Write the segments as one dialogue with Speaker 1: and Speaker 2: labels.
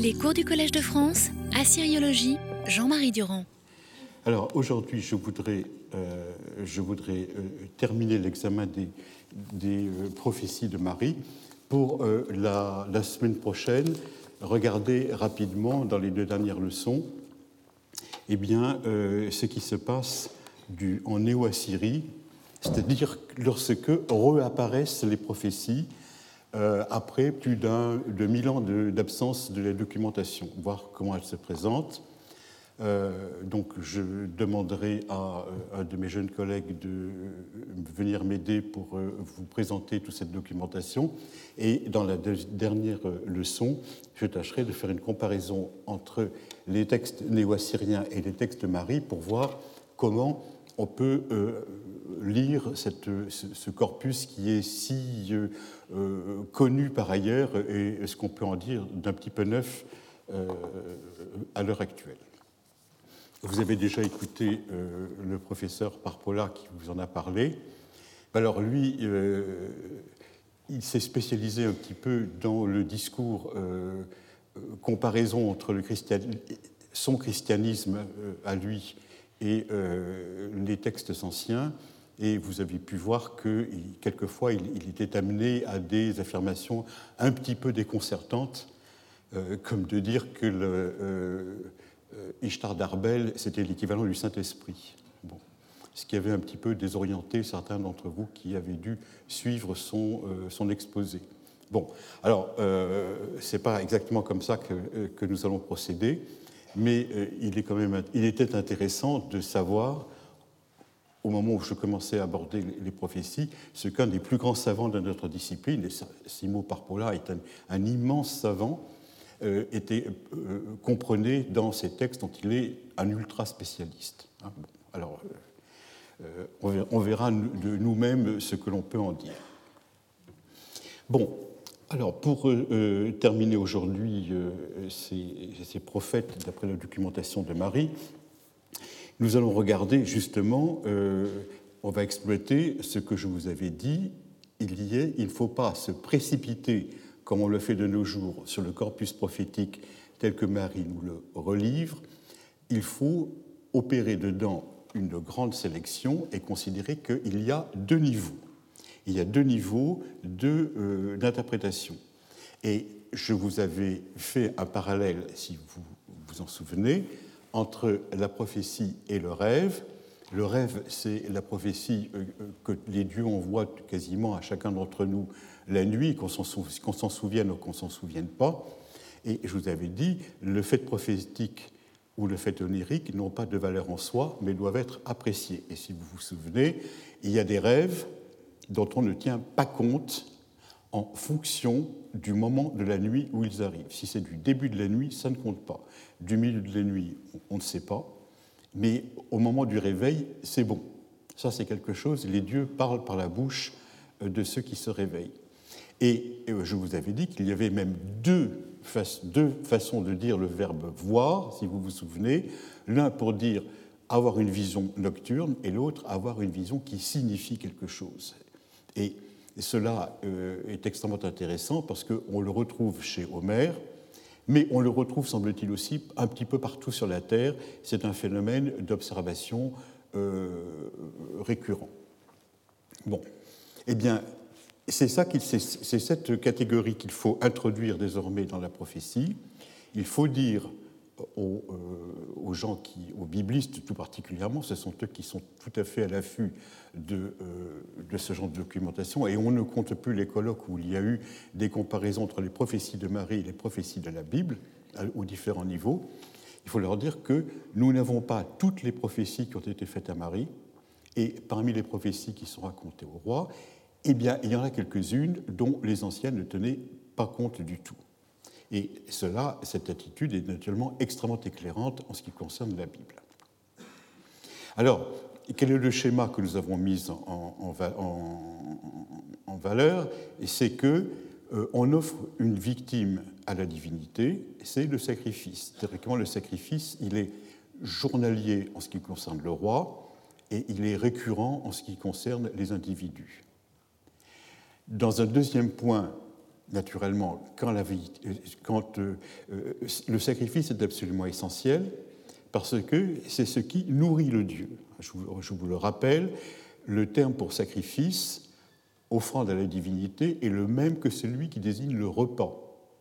Speaker 1: Les cours du Collège de France, Assyriologie, Jean-Marie Durand.
Speaker 2: Alors aujourd'hui, je voudrais terminer l'examen des prophéties de Marie. Pour la semaine prochaine, regarder rapidement dans les 2 dernières leçons ce qui se passe en Néo-Assyrie, c'est-à-dire lorsque réapparaissent les prophéties après plus de 1000 ans d'absence de la documentation, voir comment elles se présentent. Donc je demanderai à un de mes jeunes collègues de venir m'aider pour vous présenter toute cette documentation. Et dans la dernière leçon, je tâcherai de faire une comparaison entre les textes néo-assyriens et les textes de Marie pour voir comment on peut lire ce corpus qui est si connu par ailleurs et ce qu'on peut en dire d'un petit peu neuf à l'heure actuelle. Vous avez déjà écouté le professeur Parpola qui vous en a parlé. Alors lui, il s'est spécialisé un petit peu dans le discours comparaison entre son christianisme à lui et les textes anciens. Et vous avez pu voir que quelquefois il était amené à des affirmations un petit peu déconcertantes, comme de dire que Ishtar d'Arbel, c'était l'équivalent du Saint-Esprit. Bon. Ce qui avait un petit peu désorienté certains d'entre vous qui avaient dû suivre son exposé. Bon, alors, ce n'est pas exactement comme ça que nous allons procéder, mais il était intéressant de savoir, au moment où je commençais à aborder les prophéties, ce qu'un des plus grands savants de notre discipline, et Simo Parpola est un immense savant, comprenait dans ces textes dont il est un ultra spécialiste. Bon, alors, on verra de nous-mêmes ce que l'on peut en dire. Bon, alors pour terminer aujourd'hui ces prophètes d'après la documentation de Marie, nous allons regarder justement, on va exploiter ce que je vous avais dit, il ne faut pas se précipiter comme on le fait de nos jours, sur le corpus prophétique tel que Marie nous le relivre. Il faut opérer dedans une grande sélection et considérer qu'il y a 2 niveaux. Il y a 2 niveaux d'interprétation. Et je vous avais fait un parallèle, si vous vous en souvenez, entre la prophétie et le rêve. Le rêve, c'est la prophétie que les dieux envoient quasiment à chacun d'entre nous la nuit, qu'on s'en souvienne ou qu'on ne s'en souvienne pas. Et je vous avais dit, le fait prophétique ou le fait onirique n'ont pas de valeur en soi, mais doivent être appréciés. Et si vous vous souvenez, il y a des rêves dont on ne tient pas compte en fonction du moment de la nuit où ils arrivent. Si c'est du début de la nuit, ça ne compte pas. Du milieu de la nuit, on ne sait pas. Mais au moment du réveil, c'est bon. Ça, c'est quelque chose, les dieux parlent par la bouche de ceux qui se réveillent. Et je vous avais dit qu'il y avait même deux façons de dire le verbe « voir », si vous vous souvenez. L'un pour dire avoir une vision nocturne et l'autre avoir une vision qui signifie quelque chose. Et cela est extrêmement intéressant parce qu'on le retrouve chez Homère, mais on le retrouve, semble-t-il, aussi un petit peu partout sur la Terre. C'est un phénomène d'observation récurrent. Bon, eh bien, c'est cette catégorie qu'il faut introduire désormais dans la prophétie. Il faut dire aux gens, aux biblistes tout particulièrement, ce sont eux qui sont tout à fait à l'affût de ce genre de documentation, et on ne compte plus les colloques où il y a eu des comparaisons entre les prophéties de Marie et les prophéties de la Bible, aux différents niveaux. Il faut leur dire que nous n'avons pas toutes les prophéties qui ont été faites à Marie, et parmi les prophéties qui sont racontées au roi, eh bien, il y en a quelques-unes dont les anciens ne tenaient pas compte du tout. Et cette attitude est naturellement extrêmement éclairante en ce qui concerne la Bible. Alors, quel est le schéma que nous avons mis en valeur? C'est qu'on offre une victime à la divinité, c'est le sacrifice. Théoriquement, le sacrifice, il est journalier en ce qui concerne le roi et il est récurrent en ce qui concerne les individus. Dans un deuxième point, naturellement, quand le sacrifice est absolument essentiel, parce que c'est ce qui nourrit le Dieu. Je vous le rappelle, le terme pour sacrifice, offrande à la divinité, est le même que celui qui désigne le repas.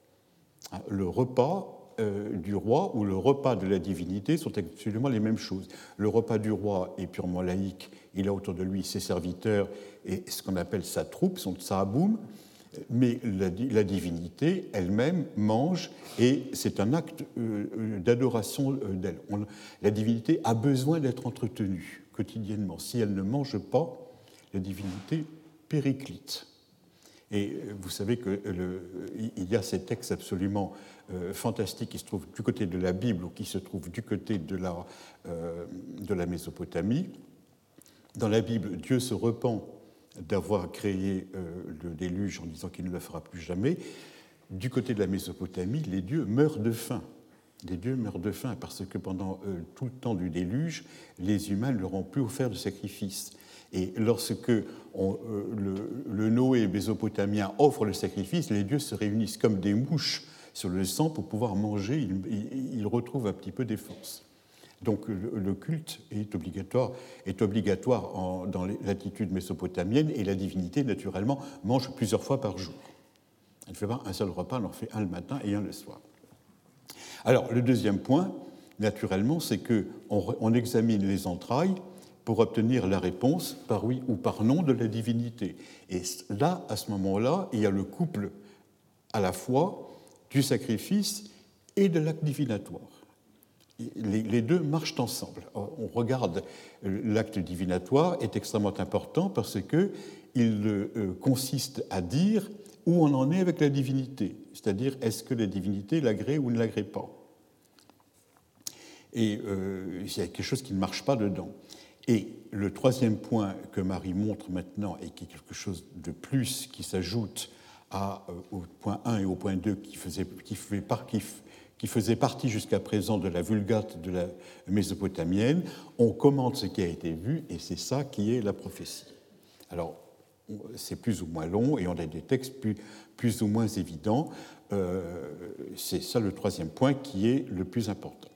Speaker 2: Le repas du roi ou le repas de la divinité sont absolument les mêmes choses. Le repas du roi est purement laïque, il a autour de lui ses serviteurs et ce qu'on appelle sa troupe, son tsahaboum, mais la divinité elle-même mange et c'est un acte d'adoration d'elle. La divinité a besoin d'être entretenue quotidiennement. Si elle ne mange pas, la divinité périclite. Et vous savez qu'il y a ces textes absolument fantastiques qui se trouvent du côté de la Bible ou qui se trouvent du côté de la Mésopotamie. Dans la Bible, Dieu se repent d'avoir créé le déluge en disant qu'il ne le fera plus jamais. Du côté de la Mésopotamie, les dieux meurent de faim. Les dieux meurent de faim parce que pendant tout le temps du déluge, les humains ne leur ont plus offert de sacrifice. Et lorsque le Noé mésopotamien offre le sacrifice, les dieux se réunissent comme des mouches sur le sang pour pouvoir manger. Ils retrouvent un petit peu des forces. Donc le culte est obligatoire dans l'attitude mésopotamienne et la divinité, naturellement, mange plusieurs fois par jour. Elle ne fait pas un seul repas, elle en fait un le matin et un le soir. Alors, le deuxième point, naturellement, c'est qu'on examine les entrailles pour obtenir la réponse par oui ou par non de la divinité. Et là, à ce moment-là, il y a le couple à la fois du sacrifice et de l'acte divinatoire. Les deux marchent ensemble. On regarde, l'acte divinatoire est extrêmement important parce qu'il consiste à dire où on en est avec la divinité, c'est-à-dire est-ce que la divinité l'agrée ou ne l'agrée pas. Et il y a quelque chose qui ne marche pas dedans. Et le troisième point que Marie montre maintenant, et qui est quelque chose de plus qui s'ajoute au point 1 et au point 2 qui faisait partie jusqu'à présent de la Vulgate de la mésopotamienne, on commente ce qui a été vu, et c'est ça qui est la prophétie. Alors, c'est plus ou moins long, et on a des textes plus ou moins évidents. C'est ça le troisième point qui est le plus important.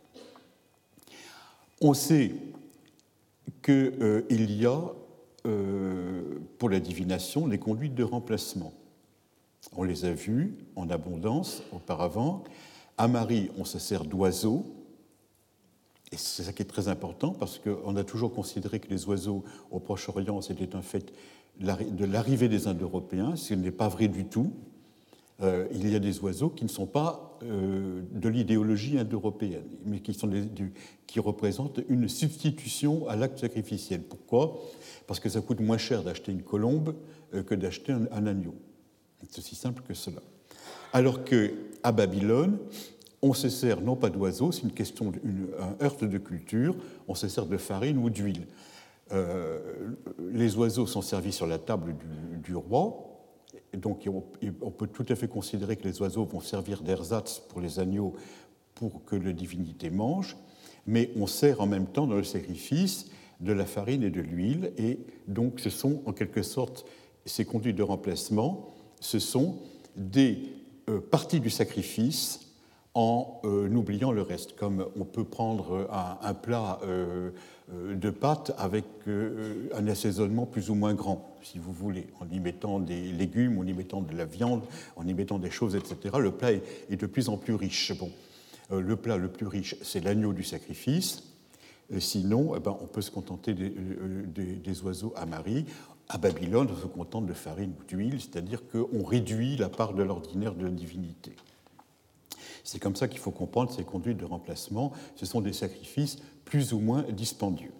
Speaker 2: On sait qu'il y a, pour la divination, des conduites de remplacement. On les a vues en abondance auparavant. À Marie, on se sert d'oiseaux, et c'est ça qui est très important, parce qu'on a toujours considéré que les oiseaux au Proche-Orient, c'était un fait de l'arrivée des Indo-Européens, ce n'est pas vrai du tout. Il y a des oiseaux qui ne sont pas de l'idéologie indo-européenne, mais qui représentent une substitution à l'acte sacrificiel. Pourquoi ? Parce que ça coûte moins cher d'acheter une colombe que d'acheter un agneau. C'est aussi simple que cela. Alors qu'à Babylone, on se sert non pas d'oiseaux, c'est une question un heurt de culture, on se sert de farine ou d'huile. Les oiseaux sont servis sur la table du roi, donc on peut tout à fait considérer que les oiseaux vont servir d'ersatz pour les agneaux pour que la divinité mange, mais on sert en même temps dans le sacrifice de la farine et de l'huile, et donc ce sont en quelque sorte ces conduites de remplacement, ce sont des parties du sacrifice en oubliant le reste, comme on peut prendre un plat de pâtes avec un assaisonnement plus ou moins grand, si vous voulez, en y mettant des légumes, en y mettant de la viande, en y mettant des choses, etc. Le plat est de plus en plus riche. Bon, le plat le plus riche, c'est l'agneau du sacrifice. Sinon, on peut se contenter des oiseaux à Marie. À Babylone, on se contente de farine ou d'huile, c'est-à-dire qu'on réduit la part de l'ordinaire de la divinité. C'est comme ça qu'il faut comprendre ces conduites de remplacement. Ce sont des sacrifices plus ou moins dispendieux.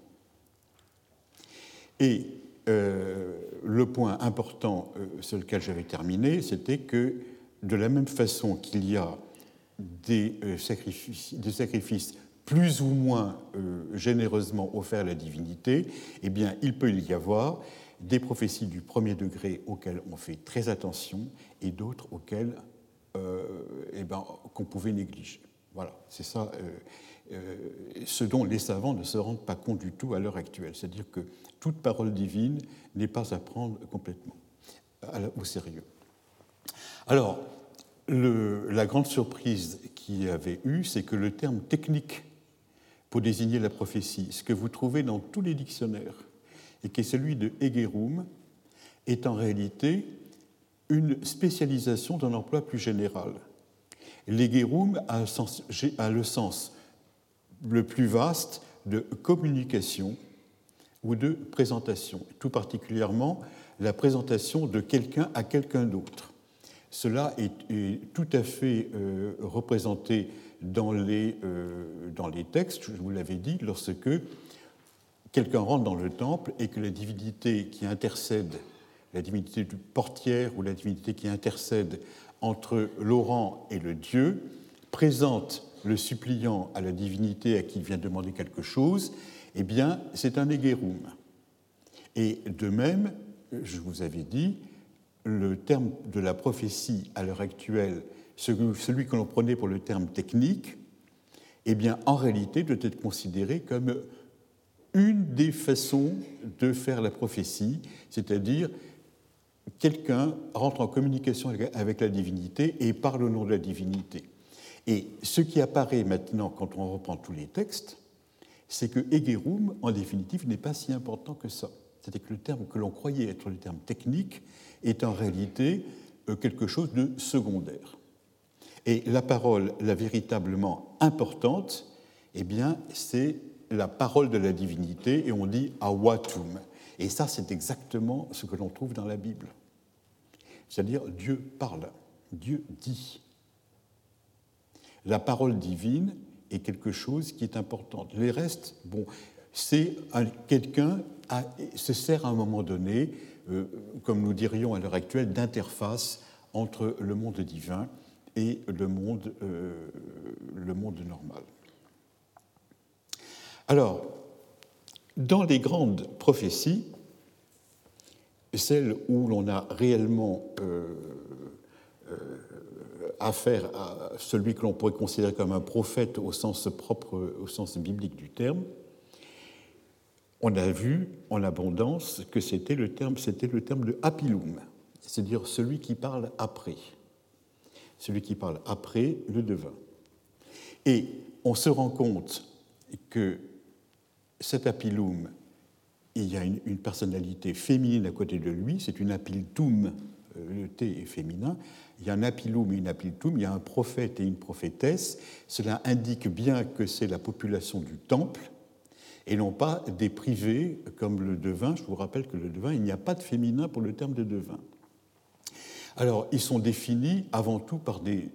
Speaker 2: Et le point important sur lequel j'avais terminé, c'était que de la même façon qu'il y a des sacrifices plus ou moins généreusement offerts à la divinité, eh bien, il peut y avoir des prophéties du premier degré auxquelles on fait très attention et d'autres auxquelles qu'on pouvait négliger. Voilà, c'est ça ce dont les savants ne se rendent pas compte du tout à l'heure actuelle. C'est-à-dire que toute parole divine n'est pas à prendre complètement au sérieux. Alors, la grande surprise qu'il y avait eu, c'est que le terme technique pour désigner la prophétie, ce que vous trouvez dans tous les dictionnaires, et qui est celui de Hegerum, est en réalité une spécialisation d'un emploi plus général. L'Hegerum a le sens le plus vaste de communication ou de présentation, tout particulièrement la présentation de quelqu'un à quelqu'un d'autre. Cela est tout à fait représenté dans les textes, je vous l'avais dit, lorsque quelqu'un rentre dans le temple et que la divinité qui intercède, la divinité du portière ou la divinité qui intercède entre l'orant et le Dieu, présente le suppliant à la divinité à qui il vient demander quelque chose, eh bien, c'est un Hegerum. Et de même, je vous avais dit, le terme de la prophétie à l'heure actuelle, celui que l'on prenait pour le terme technique, eh bien, en réalité, doit être considéré comme une des façons de faire la prophétie, c'est-à-dire quelqu'un rentre en communication avec la divinité et parle au nom de la divinité. Et ce qui apparaît maintenant quand on reprend tous les textes, c'est que Hegerum, en définitive, n'est pas si important que ça. C'est-à-dire que le terme que l'on croyait être le terme technique est en réalité quelque chose de secondaire. Et la parole, la véritablement importante, eh bien, c'est la parole de la divinité, et on dit awatum. Et ça, c'est exactement ce que l'on trouve dans la Bible. C'est-à-dire, Dieu parle, Dieu dit. La parole divine est quelque chose qui est important. Les restes, bon, c'est quelqu'un se sert à un moment donné, comme nous dirions à l'heure actuelle, d'interface entre le monde divin et le monde normal. Alors, dans les grandes prophéties, celles où l'on a réellement affaire à celui que l'on pourrait considérer comme un prophète au sens propre, au sens biblique du terme, on a vu en abondance que c'était le terme de apilum, c'est-à-dire celui qui parle après. Celui qui parle après le devin. Et on se rend compte que cet apilum, il y a une personnalité féminine à côté de lui, c'est une apiltum, le T est féminin, il y a un apilum et une apiltum, il y a un prophète et une prophétesse, cela indique bien que c'est la population du temple, et non pas des privés comme le devin. Je vous rappelle que le devin, il n'y a pas de féminin pour le terme de devin. Alors, ils sont définis avant tout par des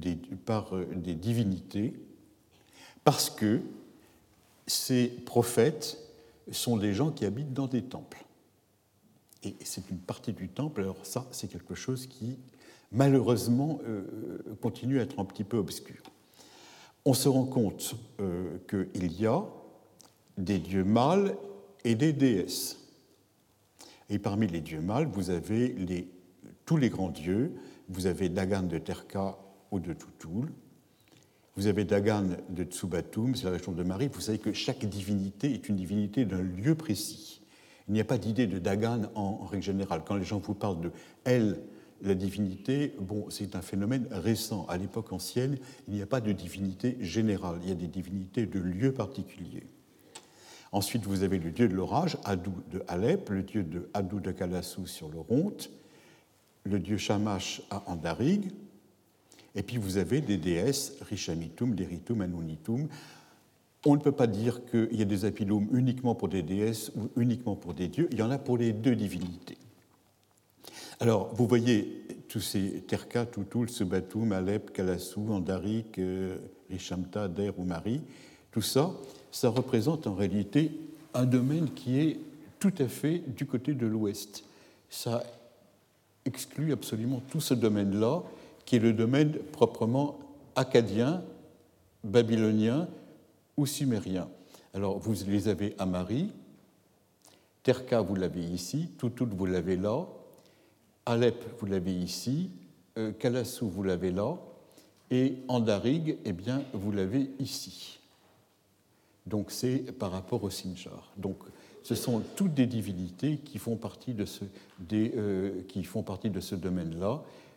Speaker 2: divinités, parce que ces prophètes sont des gens qui habitent dans des temples. Et c'est une partie du temple, alors ça, c'est quelque chose qui, malheureusement, continue à être un petit peu obscur. On se rend compte qu'il y a des dieux mâles et des déesses. Et parmi les dieux mâles, vous avez tous les grands dieux. Vous avez Dagan de Terka ou de Tutul. Vous avez Dagan de Tsubatum, c'est la région de Marie. Vous savez que chaque divinité est une divinité d'un lieu précis. Il n'y a pas d'idée de Dagan en règle générale. Quand les gens vous parlent de elle, la divinité, bon, c'est un phénomène récent. À l'époque ancienne, il n'y a pas de divinité générale. Il y a des divinités de lieux particuliers. Ensuite, vous avez le dieu de l'orage, Adou de Alep, le dieu de Adou de Kalassou sur l'Oronte, le dieu Shamash à Andarig, et puis vous avez des déesses, Rishamitum, Deritum, Anunitum. On ne peut pas dire qu'il y a des apilums uniquement pour des déesses ou uniquement pour des dieux, il y en a pour les deux divinités. Alors, vous voyez tous ces Terka, Tutul, Tsubatum, Alep, Kalassou, Andarig, Rishamta, Der ou Mari, tout ça, ça représente en réalité un domaine qui est tout à fait du côté de l'Ouest. Ça exclut absolument tout ce domaine-là, qui est le domaine proprement akkadien, babylonien ou sumérien. Alors, vous les avez à Mari, Terka, vous l'avez ici, Tutul, vous l'avez là, Alep, vous l'avez ici, Kalassou, vous l'avez là, et Andarig, eh bien, vous l'avez ici. Donc c'est par rapport au Sinjar. Donc ce sont toutes des divinités qui font partie de ce domaine-là.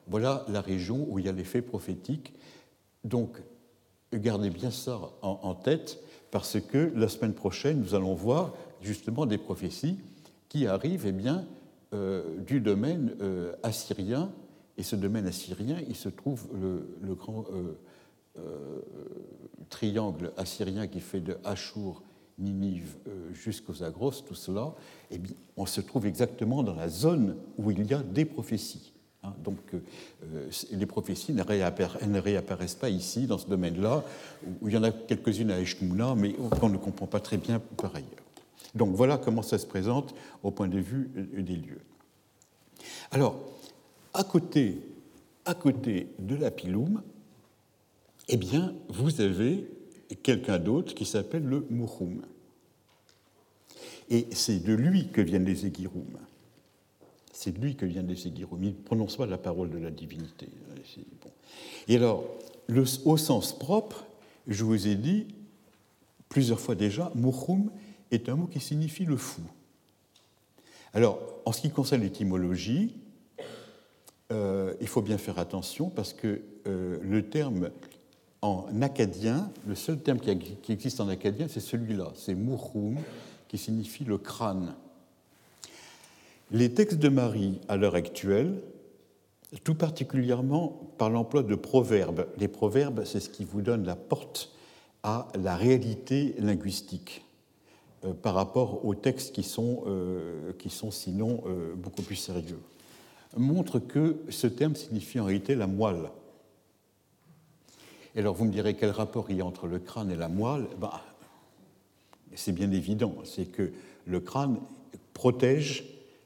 Speaker 2: voilà la région où il y a l'effet prophétique. Donc, gardez bien ça en tête, parce que la semaine prochaine, nous allons voir justement des prophéties qui arrivent du domaine assyrien. Et ce domaine assyrien, il se trouve le grand triangle assyrien qui fait de Achour, Ninive jusqu'aux Zagros, tout cela, eh bien, on se trouve exactement dans la zone où il y a des prophéties. Donc, les prophéties ne réapparaissent pas ici, dans ce domaine-là, où il y en a quelques-unes à Eshmouna, mais qu'on ne comprend pas très bien par ailleurs. Donc, voilà comment ça se présente au point de vue des lieux. Alors, à côté de la Piloum, eh bien, vous avez quelqu'un d'autre qui s'appelle le Muhum. Et c'est de lui que viennent les Éguiroum. C'est de lui que viennent les Éguiroum. Il ne prononce pas la parole de la divinité. Bon. Et alors, au sens propre, je vous ai dit plusieurs fois déjà, Muhum est un mot qui signifie le fou. Alors, en ce qui concerne l'étymologie, il faut bien faire attention parce que le terme en akkadien, le seul terme qui existe en akkadien, c'est celui-là, c'est Muhum, qui signifie le crâne. Les textes de Marie, à l'heure actuelle, tout particulièrement par l'emploi de proverbes. Les proverbes, c'est ce qui vous donne la porte à la réalité linguistique par rapport aux textes qui sont sinon beaucoup plus sérieux, montrent que ce terme signifie en réalité la moelle. Et alors vous me direz quel rapport il y a entre le crâne et la moelle? C'est bien évident, c'est que le crâne protège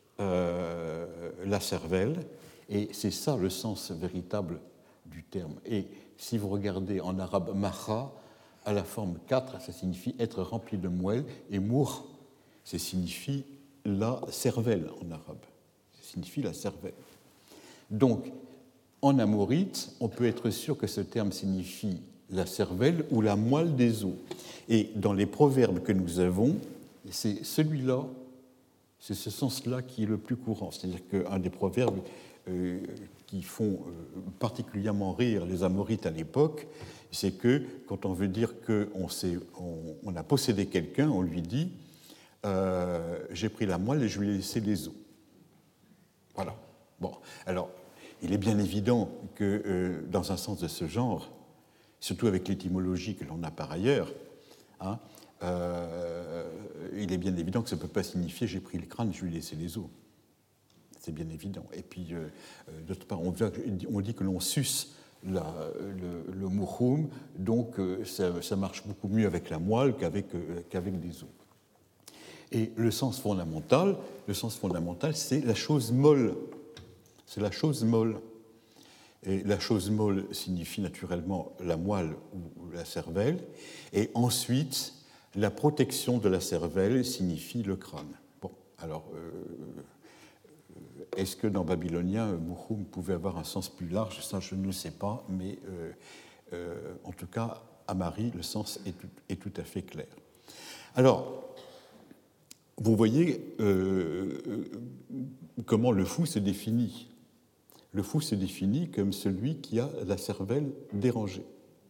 Speaker 2: la cervelle, et c'est ça le sens véritable du terme. Et si vous regardez en arabe maha, à la forme 4, ça signifie être rempli de moelle, et mour, ça signifie la cervelle en arabe. Ça signifie la cervelle. Donc, en amorite, on peut être sûr que ce terme signifie la cervelle ou la moelle des os. Et dans les proverbes que nous avons, c'est celui-là, c'est ce sens-là qui est le plus courant. C'est-à-dire qu'un des proverbes qui font particulièrement rire les amorites à l'époque, c'est que quand on veut dire qu'on a possédé quelqu'un, on lui dit j'ai pris la moelle et je lui ai laissé les os. Voilà. Bon, alors, il est bien évident que dans un sens de ce genre, surtout avec l'étymologie que l'on a par ailleurs, il est bien évident que ça ne peut pas signifier j'ai pris le crâne et je lui ai laissé les os. C'est bien évident. Et puis, d'autre part, on dit que l'on suce le muhum, donc ça marche beaucoup mieux avec la moelle qu'avec des os. Et le sens fondamental, c'est la chose molle. C'est la chose molle. Et la chose molle signifie naturellement la moelle ou la cervelle. Et ensuite, la protection de la cervelle signifie le crâne. Bon, alors, est-ce que dans babylonien, Muhum pouvait avoir un sens plus large? Ça, je ne sais pas, mais en tout cas, à Marie, le sens est tout à fait clair. Alors, vous voyez comment le fou se définit. Le fou se définit comme celui qui a la cervelle dérangée.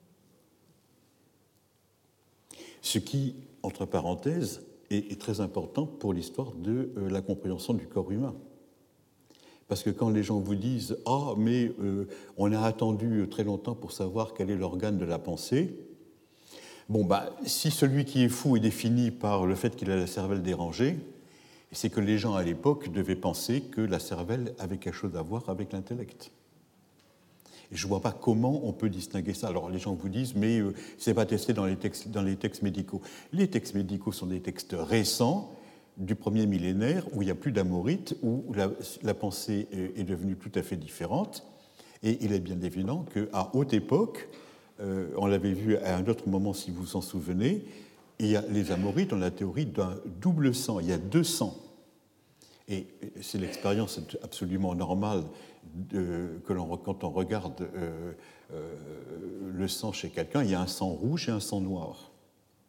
Speaker 2: Ce qui, entre parenthèses, est très important pour l'histoire de la compréhension du corps humain. Parce que quand les gens vous disent « Ah, mais on a attendu très longtemps pour savoir quel est l'organe de la pensée », bon, si celui qui est fou est défini par le fait qu'il a la cervelle dérangée, c'est que les gens à l'époque devaient penser que la cervelle avait quelque chose à voir avec l'intellect. Et je ne vois pas comment on peut distinguer ça. Alors les gens vous disent, mais ce n'est pas testé dans les textes médicaux. Les textes médicaux sont des textes récents, du premier millénaire, où il n'y a plus d'amorite, où la pensée est devenue tout à fait différente. Et il est bien évident qu'à haute époque, on l'avait vu à un autre moment si vous vous en souvenez, les amorites ont la théorie d'un double sang, il y a deux sangs. Et c'est l'expérience absolument normale quand on regarde le sang chez quelqu'un, il y a un sang rouge et un sang noir.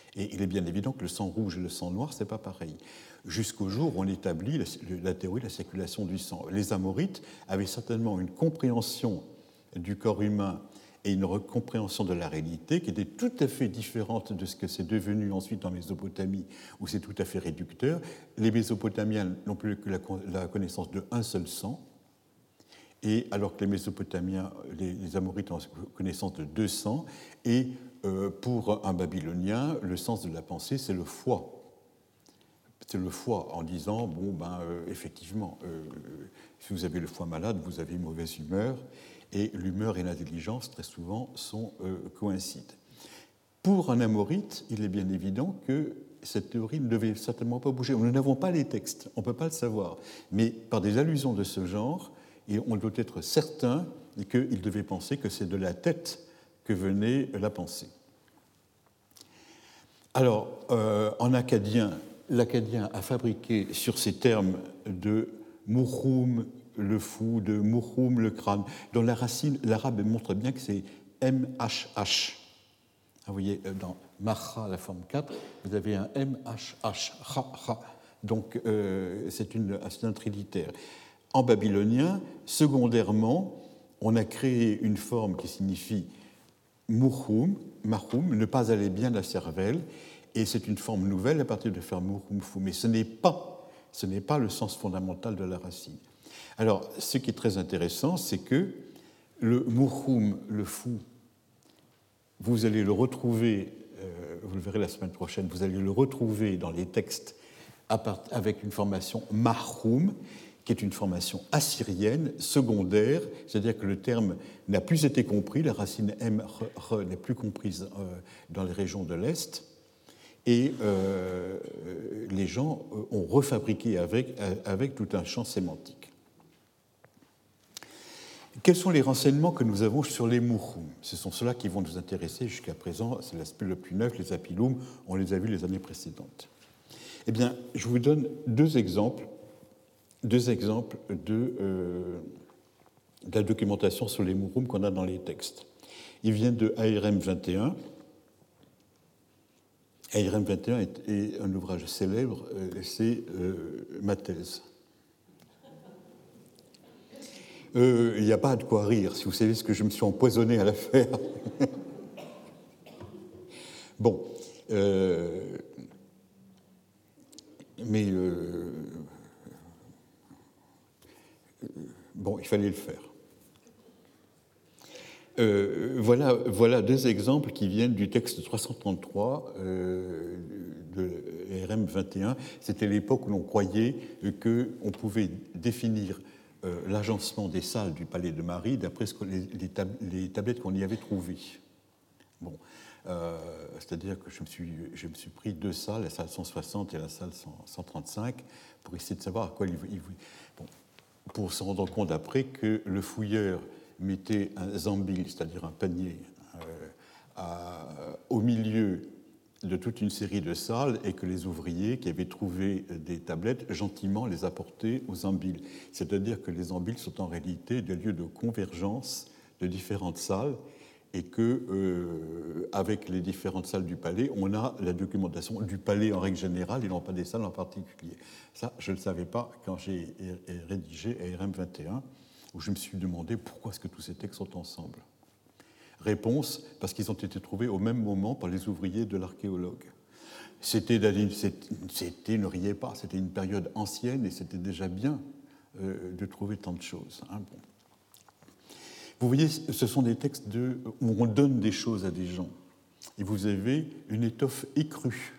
Speaker 2: Et il est bien évident que le sang rouge et le sang noir, ce n'est pas pareil. Jusqu'au jour où on établit la théorie de la circulation du sang. Les Amorites avaient certainement une compréhension du corps humain et une compréhension de la réalité qui était tout à fait différente de ce que c'est devenu ensuite en Mésopotamie, où c'est tout à fait réducteur. Les Mésopotamiens n'ont plus que la connaissance d'un seul sang, et alors que les Mésopotamiens, les Amorites ont connaissance de 2 sangs, et pour un Babylonien, le sens de la pensée, c'est le foie. C'est le foie, en disant, bon, effectivement, si vous avez le foie malade, vous avez une mauvaise humeur, et l'humeur et l'intelligence, très souvent, coïncident. Pour un Amorite, il est bien évident que cette théorie ne devait certainement pas bouger. Nous n'avons pas les textes, on ne peut pas le savoir, mais par des allusions de ce genre, et on doit être certain qu'il devait penser que c'est de la tête que venait la pensée. Alors, en acadien, l'acadien a fabriqué sur ces termes de Mouchoum, le fou, de Mouchoum, le crâne, dont la racine, l'arabe montre bien que c'est MHH. Vous voyez, dans Macha, la forme 4, vous avez un MHH, ha. Donc, c'est un trilitère. En babylonien, secondairement, on a créé une forme qui signifie Mouchoum, Machoum, ne pas aller bien de la cervelle, et c'est une forme nouvelle à partir de faire Mouchoum fou, mais ce n'est pas le sens fondamental de la racine. Alors, ce qui est très intéressant, c'est que le Mouchoum, le fou, vous allez le retrouver, vous le verrez la semaine prochaine, vous allez le retrouver dans les textes avec une formation Machoum, qui est une formation assyrienne, secondaire, c'est-à-dire que le terme n'a plus été compris, la racine M, n'est plus comprise dans les régions de l'Est, et les gens ont refabriqué avec tout un champ sémantique. Quels sont les renseignements que nous avons sur les Mouchoum? Ce sont ceux-là qui vont nous intéresser jusqu'à présent, c'est l'aspect le plus neuf, les Apiloum, on les a vus les années précédentes. Eh bien, je vous donne deux exemples de la documentation sur les Mouchoum qu'on a dans les textes. Ils viennent de ARM 21. ARM 21 est un ouvrage célèbre, c'est ma thèse. Il n'y a pas de quoi rire, si vous savez ce que je me suis empoisonné à la faire. Bon. Bon, il fallait le faire. Voilà deux exemples qui viennent du texte 333 de RM 21. C'était l'époque où l'on croyait qu'on pouvait définir l'agencement des salles du palais de Marie d'après les tablettes qu'on y avait trouvées. Bon, c'est-à-dire que je me suis pris deux salles, la salle 160 et la salle 135, pour essayer de savoir à quoi bon, pour se rendre compte après que le fouilleur mettait un zambil, c'est-à-dire un panier, au milieu de toute une série de salles et que les ouvriers qui avaient trouvé des tablettes gentiment les apportaient aux zambil. C'est-à-dire que les zambils sont en réalité des lieux de convergence de différentes salles et que, avec les différentes salles du palais, on a la documentation du palais en règle générale et non pas des salles en particulier. Ça, je ne le savais pas quand j'ai rédigé ARM 21, où je me suis demandé pourquoi est-ce que tous ces textes sont ensemble. Réponse, parce qu'ils ont été trouvés au même moment par les ouvriers de l'archéologue. Ne riez pas, c'était une période ancienne et c'était déjà bien de trouver tant de choses. Hein, bon. Vous voyez, ce sont des textes où on donne des choses à des gens. Et vous avez une étoffe écrue,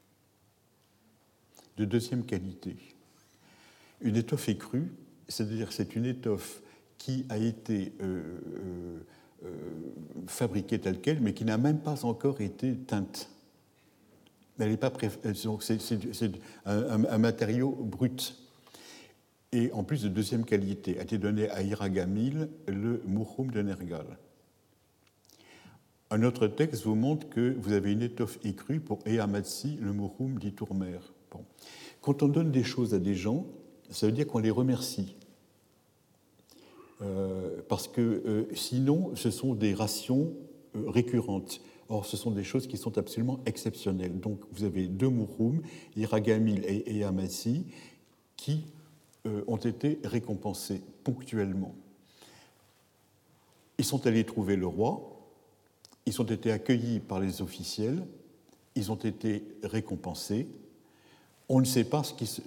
Speaker 2: de deuxième qualité. Une étoffe écrue, c'est-à-dire c'est une étoffe qui a été fabriquée telle qu'elle, mais qui n'a même pas encore été teinte. Elle n'est pas c'est un matériau brut. Et en plus de deuxième qualité, a été donné à Iragamil le Mouchoum de Nergal. Un autre texte vous montre que vous avez une étoffe écrue pour Eamatsi, le Mouchoum d'Itourmer. Bon. Quand on donne des choses à des gens, ça veut dire qu'on les remercie. Parce que sinon, ce sont des rations récurrentes. Or, ce sont des choses qui sont absolument exceptionnelles. Donc, vous avez deux Mouroum, Iragamil et Amassi, qui ont été récompensés ponctuellement. Ils sont allés trouver le roi, ils ont été accueillis par les officiels, ils ont été récompensés. On ne sait pas,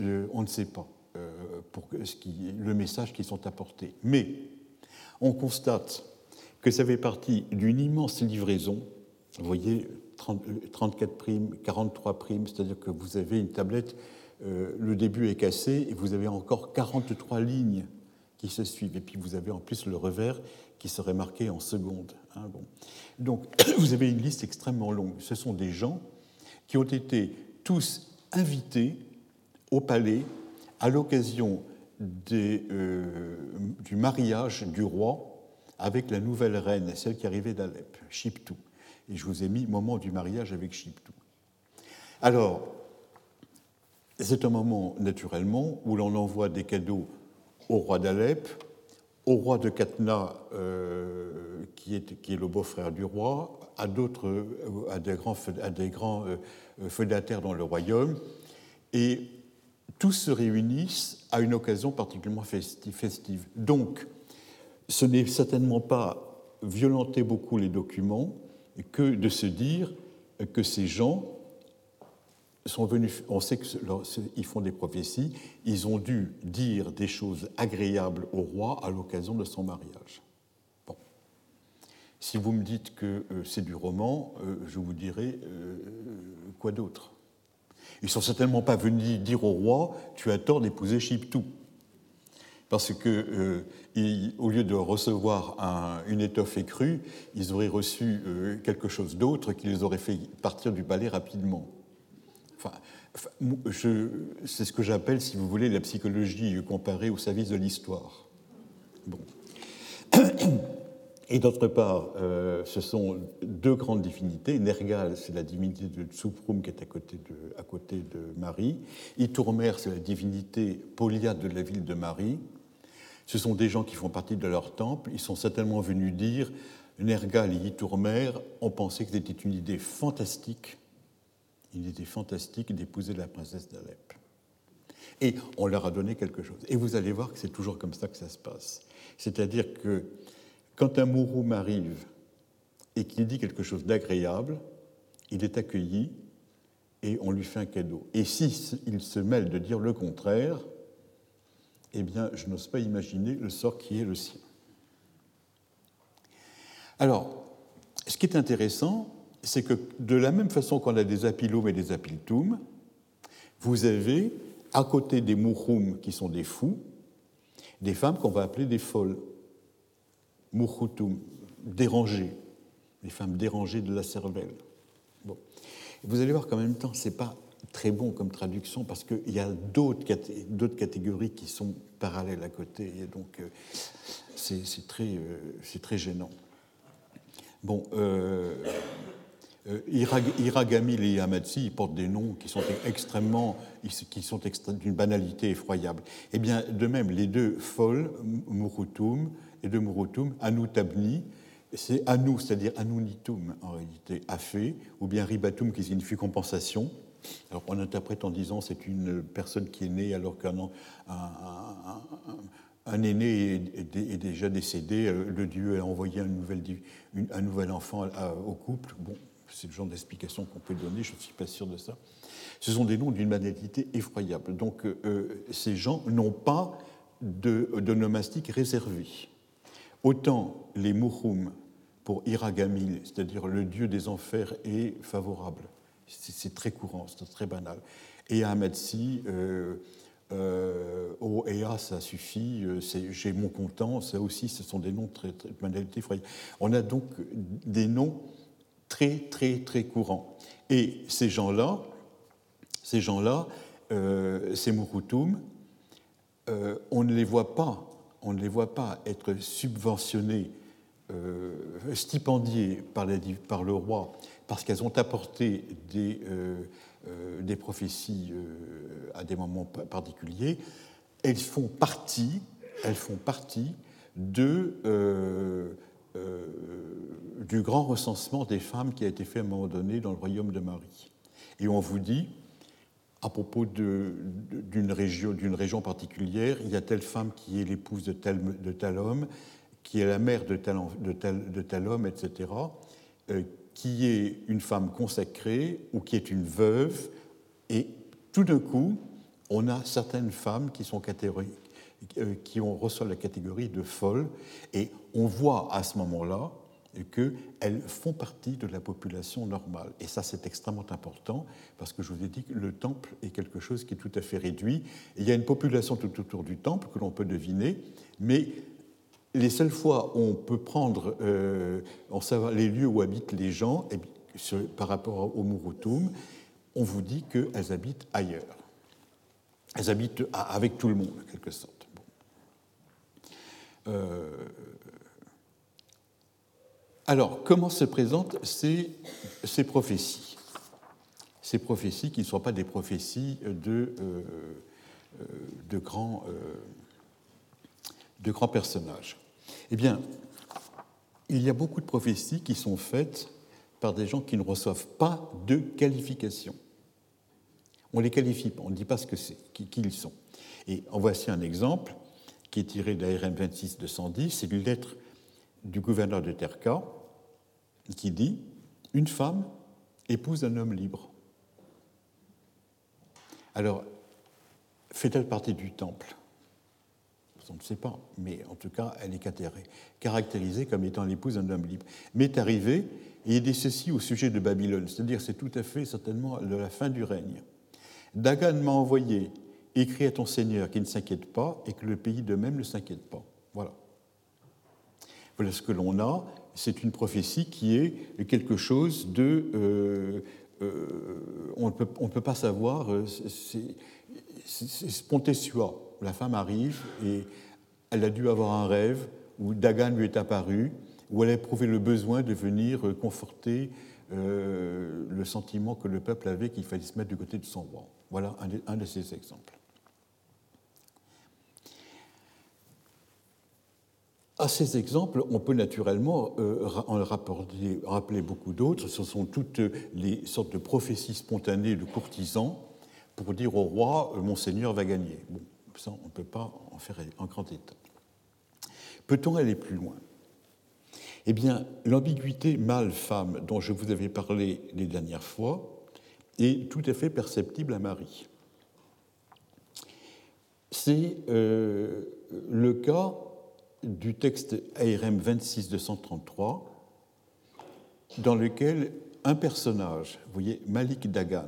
Speaker 2: le message qu'ils ont apporté. Mais on constate que ça fait partie d'une immense livraison. Vous voyez, 34 primes, 43 primes, c'est-à-dire que vous avez une tablette, le début est cassé, et vous avez encore 43 lignes qui se suivent. Et puis vous avez en plus le revers qui serait marqué en secondes. Hein, bon. Donc vous avez une liste extrêmement longue. Ce sont des gens qui ont été tous invités au palais à l'occasion du mariage du roi avec la nouvelle reine, celle qui arrivait d'Alep, Chiptou. Et je vous ai mis moment du mariage avec Chiptou. Alors, c'est un moment, naturellement, où l'on envoie des cadeaux au roi d'Alep, au roi de Katna, qui est le beau-frère du roi, à des grands feudataires dans le royaume, et tous se réunissent à une occasion particulièrement festive. Donc, ce n'est certainement pas violenter beaucoup les documents que de se dire que ces gens sont venus, on sait qu'ils font des prophéties, ils ont dû dire des choses agréables au roi à l'occasion de son mariage. Bon. Si vous me dites que c'est du roman, je vous dirai quoi d'autre. Ils ne sont certainement pas venus dire au roi « tu as tort d'épouser Chiptou ». Parce que, au lieu de recevoir une étoffe écrue, ils auraient reçu quelque chose d'autre qui les aurait fait partir du palais rapidement. C'est ce que j'appelle, si vous voulez, la psychologie comparée au service de l'histoire. Bon. Et d'autre part, ce sont deux grandes divinités. Nergal, c'est la divinité de Tsuprum qui est à côté de Marie. Itourmer, c'est la divinité polyade de la ville de Marie. Ce sont des gens qui font partie de leur temple. Ils sont certainement venus dire Nergal et Itourmer ont pensé que c'était une idée fantastique d'épouser la princesse d'Alep. Et on leur a donné quelque chose. Et vous allez voir que c'est toujours comme ça que ça se passe. C'est-à-dire que quand un Mouroum arrive et qu'il dit quelque chose d'agréable, il est accueilli et on lui fait un cadeau. Et s'il se mêle de dire le contraire, eh bien, je n'ose pas imaginer le sort qui est le sien. Alors, ce qui est intéressant, c'est que de la même façon qu'on a des apilum et des apiltum, vous avez, à côté des mouchoum qui sont des fous, des femmes qu'on va appeler des folles, mouchoutum, dérangées, des femmes dérangées de la cervelle. Bon. Vous allez voir qu'en même temps, ce n'est pas très bon comme traduction parce qu'il y a d'autres catégories qui sont parallèles à côté, et donc c'est très gênant. Bon, Iragamil et Amatsi, ils portent des noms qui sont d'une banalité effroyable. Eh bien, de même, les deux folles, Murutum, et deux Murutum, Anutabni, c'est Anu, c'est-à-dire Anunitum, en réalité, Afé, ou bien Ribatum, qui signifie compensation. Alors, on interprète en disant c'est une personne qui est née alors qu'un aîné est déjà décédé, le dieu a envoyé un nouvel enfant au couple. Bon, c'est le genre d'explication qu'on peut donner, je ne suis pas sûr de ça. Ce sont des noms d'une banalité effroyable. Donc, ces gens n'ont pas de nomastique réservé. Autant les Mouchoum, pour Iragamil, c'est-à-dire le dieu des enfers, est favorable. C'est très courant, c'est très banal. Et à Amatsi, Ea, ça suffit, j'ai mon content, ça aussi, ce sont des noms très banalité effroyables. On a donc des noms très, très, très courants. Et ces gens-là, ces Murutum, on ne les voit pas être subventionnés, stipendiés par le roi parce qu'elles ont apporté des prophéties à des moments particuliers. Elles font partie de du grand recensement des femmes qui a été fait à un moment donné dans le royaume de Marie. Et on vous dit, à propos d'une région particulière, il y a telle femme qui est l'épouse de tel homme, qui est la mère de tel homme, etc., qui est une femme consacrée ou qui est une veuve. Et tout d'un coup, on a certaines femmes qui sont reçoivent la catégorie de folles, et on voit à ce moment-là qu'elles font partie de la population normale. Et ça, c'est extrêmement important, parce que je vous ai dit que le temple est quelque chose qui est tout à fait réduit. Et il y a une population tout autour du temple que l'on peut deviner, mais les seules fois où on peut prendre, en savoir les lieux où habitent les gens, par rapport au Murutum, on vous dit qu'elles habitent ailleurs. Elles habitent avec tout le monde, en quelque sorte. Alors, comment se présentent ces prophéties? Ces prophéties qui ne sont pas des prophéties de grands personnages. Eh bien, il y a beaucoup de prophéties qui sont faites par des gens qui ne reçoivent pas de qualification. On ne les qualifie pas, on ne dit pas ce que c'est, qui ils sont. Et en voici un exemple qui est tiré de l'ARM 26-210, c'est une lettre du gouverneur de Terka qui dit « Une femme épouse un homme libre ». Alors, fait-elle partie du temple? On ne sait pas, mais en tout cas, elle est caractérisée comme étant l'épouse d'un homme libre. M'est arrivé, et il dit ceci au sujet de Babylone, c'est-à-dire c'est tout à fait certainement de la fin du règne. Dagan m'a envoyé, écris à ton Seigneur qu'il ne s'inquiète pas et que le pays de même ne s'inquiète pas. Voilà. Voilà ce que l'on a. C'est une prophétie qui est quelque chose de... on ne peut pas savoir, c'est Spontesua. La femme arrive et elle a dû avoir un rêve où Dagan lui est apparu, où elle a éprouvé le besoin de venir conforter le sentiment que le peuple avait qu'il fallait se mettre du côté de son roi. Voilà un de ces exemples. À ces exemples, on peut naturellement en rappeler beaucoup d'autres. Ce sont toutes les sortes de prophéties spontanées de courtisans pour dire au roi « Mon Seigneur va gagner ». Bon, ça, on ne peut pas en faire un grand état. Peut-on aller plus loin? Eh bien, l'ambiguïté mâle-femme dont je vous avais parlé les dernières fois est tout à fait perceptible à Marie. C'est le cas du texte ARM 26-233 dans lequel un personnage, vous voyez, Malik Dagan,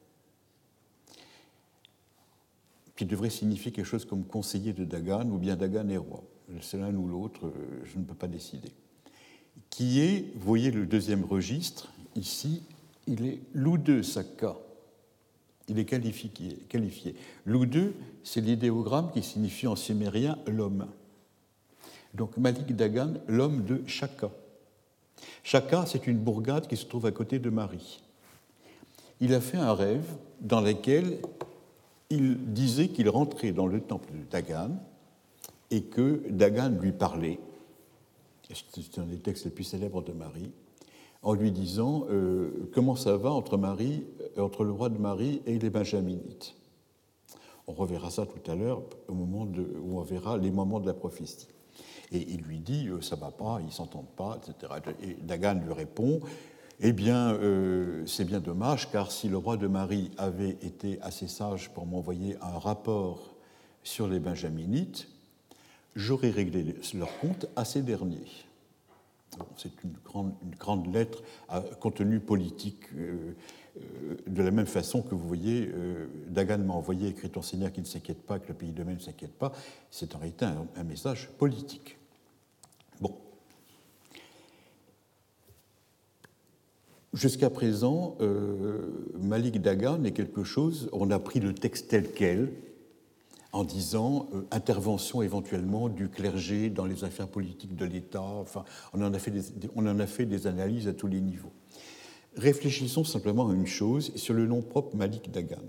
Speaker 2: qui devrait signifier quelque chose comme conseiller de Dagan ou bien Dagan est roi. C'est l'un ou l'autre, je ne peux pas décider. Qui est, vous voyez le deuxième registre, ici, il est Loudeux Sakka. Il est qualifié. Loudeux, c'est l'idéogramme qui signifie en sumérien l'homme. Donc Malik Dagan, l'homme de Shaka. Shaka, c'est une bourgade qui se trouve à côté de Marie. Il a fait un rêve dans lequel il disait qu'il rentrait dans le temple de Dagan et que Dagan lui parlait, c'est un des textes les plus célèbres de Marie, en lui disant comment ça va entre le roi de Marie et les Benjaminites. On reverra ça tout à l'heure au moment où on verra les moments de la prophétie. Et il lui dit ça va pas, ils ne s'entendent pas, etc. Et Dagan lui répond eh bien, c'est bien dommage, car si le roi de Marie avait été assez sage pour m'envoyer un rapport sur les Benjaminites, j'aurais réglé leur compte à ces derniers. Bon, c'est une grande lettre à contenu politique, de la même façon que vous voyez, Dagan m'a envoyé, écrit ton Seigneur qui ne s'inquiète pas, que le pays de même ne s'inquiète pas. C'est en réalité un message politique. Bon. Jusqu'à présent, Malik Dagan est quelque chose, on a pris le texte tel quel, en disant intervention éventuellement du clergé dans les affaires politiques de l'État. Enfin, on en a fait des analyses à tous les niveaux. Réfléchissons simplement à une chose sur le nom propre Malik Dagan.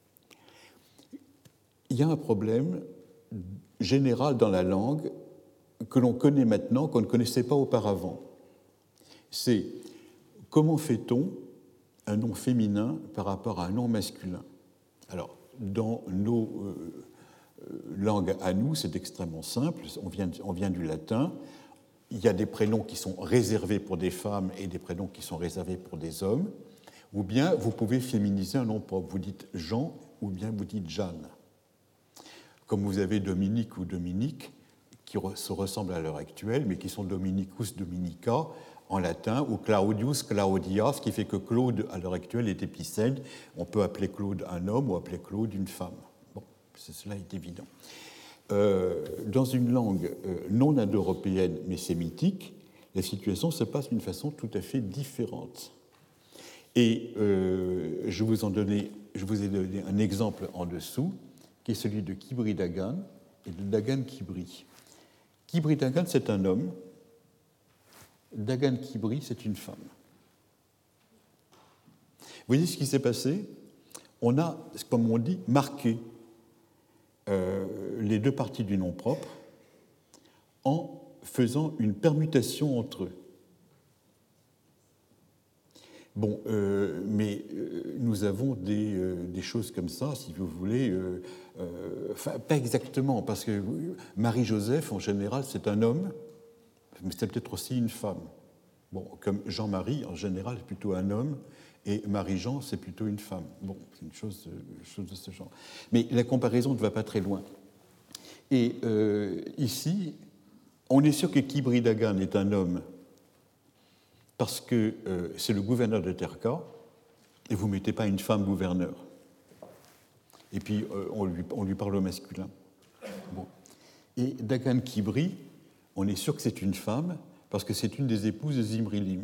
Speaker 2: Il y a un problème général dans la langue que l'on connaît maintenant, qu'on ne connaissait pas auparavant. C'est comment fait-on un nom féminin par rapport à un nom masculin? Alors, dans nos langues à nous, c'est extrêmement simple, on vient du latin. Il y a des prénoms qui sont réservés pour des femmes et des prénoms qui sont réservés pour des hommes. Ou bien vous pouvez féminiser un nom propre. Vous dites Jean ou bien vous dites Jeanne. Comme vous avez Dominique ou Dominique, qui se ressemblent à l'heure actuelle, mais qui sont Dominicus, Dominica en latin, ou Claudius, Claudia, ce qui fait que Claude, à l'heure actuelle, est épicène. On peut appeler Claude un homme ou appeler Claude une femme. Bon, cela est évident. Dans une langue non indo-européenne, mais sémitique, la situation se passe d'une façon tout à fait différente. Et je vous ai donné un exemple en dessous, qui est celui de Kibri Dagan et de Dagan Kibri. Kibri Dagan, c'est un homme. Dagan Kibri, c'est une femme. Vous voyez ce qui s'est passé? On a, comme on dit, marqué les deux parties du nom propre en faisant une permutation entre eux. Bon, mais nous avons des choses comme ça, si vous voulez, enfin, pas exactement, parce que Marie-Joseph, en général, c'est un homme, mais c'est peut-être aussi une femme. Bon, comme Jean-Marie, en général, c'est plutôt un homme, et Marie-Jean, c'est plutôt une femme. Bon, c'est une chose de ce genre. Mais la comparaison ne va pas très loin. Et ici, on est sûr que Kibri Dagan est un homme, parce que c'est le gouverneur de Terka, et vous ne mettez pas une femme gouverneur. Et puis, on lui parle au masculin. Bon. Et Dagan Kibri, on est sûr que c'est une femme, parce que c'est une des épouses de Zimrilim.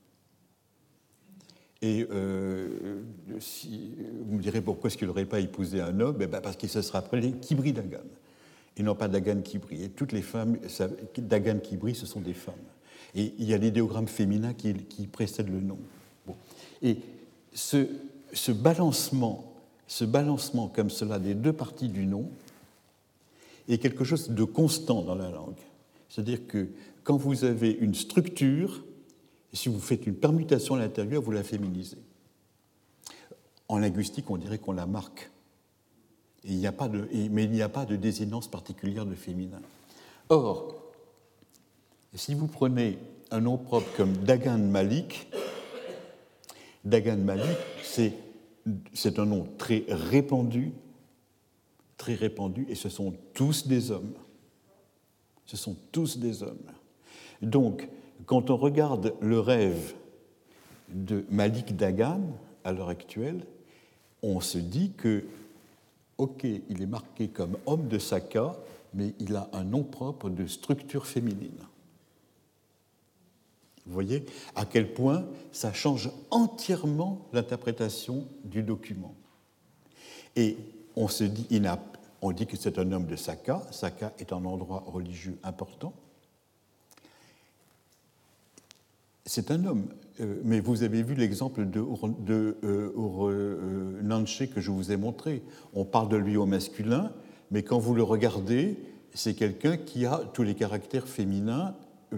Speaker 2: Et si, vous me direz pourquoi est-ce qu'il n'aurait pas épousé un homme? Parce qu'il se sera appelé Kibri Dagan, et non pas Dagan Kibri. Et toutes les femmes, Dagan Kibri, ce sont des femmes. Et il y a l'idéogramme féminin qui précède le nom. Bon. Et ce balancement comme cela des deux parties du nom est quelque chose de constant dans la langue. C'est-à-dire que quand vous avez une structure, si vous faites une permutation à l'intérieur, vous la féminisez. En linguistique, on dirait qu'on la marque. Et mais il n'y a pas de désinence particulière de féminin. Or, si vous prenez un nom propre comme Dagan Malik, c'est un nom très répandu, et ce sont tous des hommes. Ce sont tous des hommes. Donc, quand on regarde le rêve de Malik Dagan, à l'heure actuelle, on se dit que, ok, il est marqué comme homme de Saka, mais il a un nom propre de structure féminine. Vous voyez à quel point ça change entièrement l'interprétation du document. Et on se dit, on dit que c'est un homme de Saka. Saka est un endroit religieux important. C'est un homme. Mais vous avez vu l'exemple de Nanché que je vous ai montré. On parle de lui au masculin, mais quand vous le regardez, c'est quelqu'un qui a tous les caractères féminins